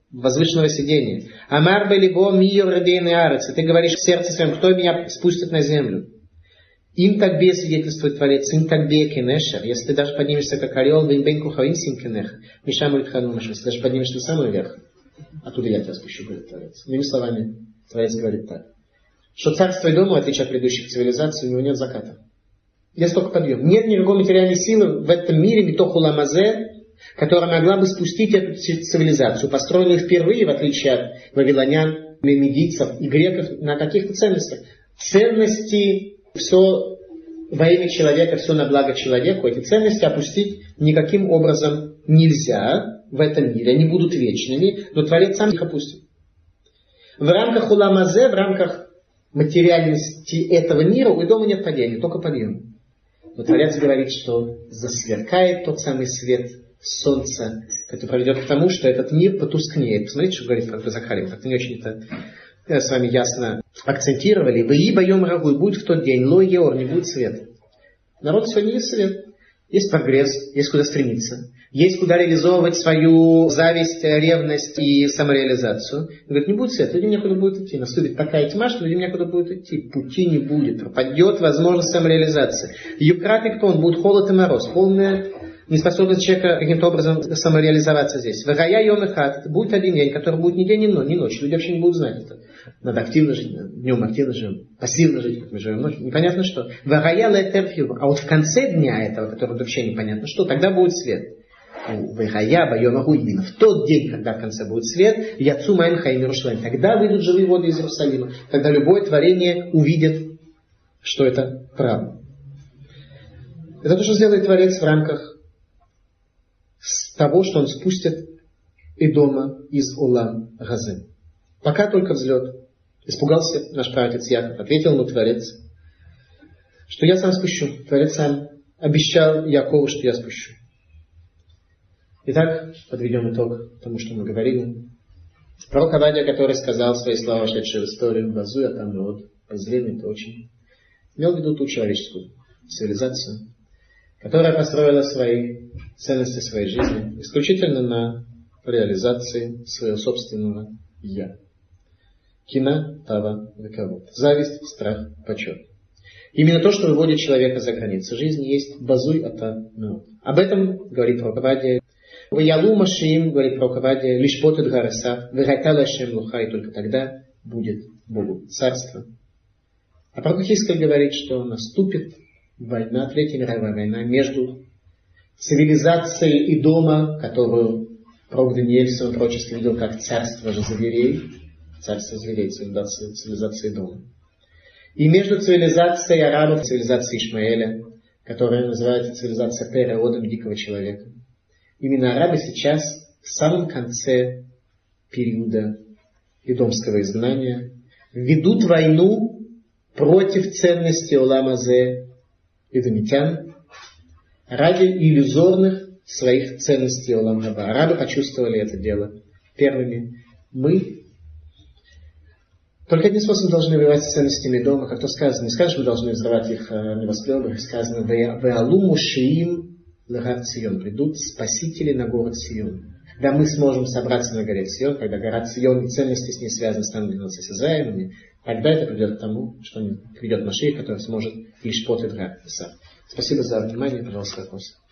возвышенного сидения. Амар белибо миор рабейн арец. И ты говоришь в сердце своем, кто меня спустит на землю? Им так бе свидетельствует Творец, им так бе кенешер. Если ты даже поднимешься как орел, вин бен кухавин сим кенех, мишам литхану машвис. Если даже поднимешься на самый верх, оттуда я тебя спущу, говорит Творец. Иными словами, Творец говорит так, что царство и дома, в отличие от предыдущих цивилизаций, у него нет заката. Есть только подъем. Нет никакой материальной силы в этом мире, митоху ламазе, которая могла бы спустить эту цивилизацию, построенную впервые, в отличие от вавилонян, медийцев и греков, на каких-то ценностях. Ценности, все во имя человека, все на благо человеку. Эти ценности опустить никаким образом нельзя в этом мире. Они будут вечными, но Творец сам их опустит. В рамках уламазе, в рамках материальности этого мира у дома нет падения, только подъем. Но Творец говорит, что засверкает тот самый свет солнца, который приведет к тому, что этот мир потускнеет. Посмотрите, что говорит про Захария. Как-то не очень это с вами ясно акцентировали. Вы и боем рагу, и будет в тот день ло еор, не будет света. Народ сегодня есть свет. Есть прогресс, есть куда стремиться. Есть куда реализовывать свою зависть, ревность и самореализацию. Он говорит, не будет света, людям некуда будет идти. Наступит такая тьма, что людям некуда будет идти. Пути не будет. Пропадет возможность самореализации. Юкрат и кто он? Будет холод и мороз. Полная неспособность человека каким-то образом самореализоваться здесь. Вагая йом эхад. Это будет один день, который будет ни день, ни ночь. Люди вообще не будут знать это. Надо активно жить. Днем активно живем. Пассивно жить, как мы живем ночью. Непонятно что. Вагая летерфью. А вот в конце дня этого, который вообще непонятно что, тогда будет свет. Вагая байом аху, именно в тот день, когда в конце будет свет, яцу маим хаим Иерусалим. Тогда выйдут живые воды из Иерусалима. Тогда любое творение увидит, что это правда. Это то, что сделает Творец в рамках того, что он спустит Эдома из Улам Газы. Пока только взлет. Испугался наш праотец Яков. Ответил ему Творец, что я сам спущу. Творец сам обещал Якову, что я спущу. Итак, подведем итог тому, что мы говорили. Пророк Авадия, который сказал свои слова, вошедшие в историю, «Вазуй, а там вот, презренный, это очень», имел в виду ту человеческую цивилизацию, которая построила свои ценности своей жизни исключительно на реализации своего собственного «я». Кина, тава, вековод. Зависть, страх, почет. Именно то, что выводит человека за границы жизни, есть базуй ата меот. Об этом говорит пророк Авадия. Ваялу машиим, говорит пророк Авадия, лишь потет гареса, вегайтала шем луха, и только тогда будет Богу царство. А пророк Хискель говорит, что наступит война, Третья мировая война между цивилизацией Идома, которую пророк Даниэль в своем пророчестве видел как царство же зверей, царство зверей, цивилизация, цивилизация Идома, и между цивилизацией арабов, цивилизацией Ишмаэля, которая называется цивилизация Пера, родом дикого человека. Именно арабы сейчас в самом конце периода идомского изгнания ведут войну против ценности Олам-Азе идомитян ради иллюзорных своих ценностей Олам-Хаба. Арабы почувствовали это дело первыми. Мы только один способ должны воевать с ценностями дома, как то сказано. Не скажешь, мы должны взрывать их небоскребы. Сказано, «Веалуму шиим легав Цион». Придут спасители на город Сион. Когда мы сможем собраться на горе Сион, когда гора Сион и ценности с ней связаны, станут для нас осязаемыми, тогда это придет к тому, что придет Машиах, который сможет лишь потет. Спасибо за внимание. Пожалуйста, вопрос.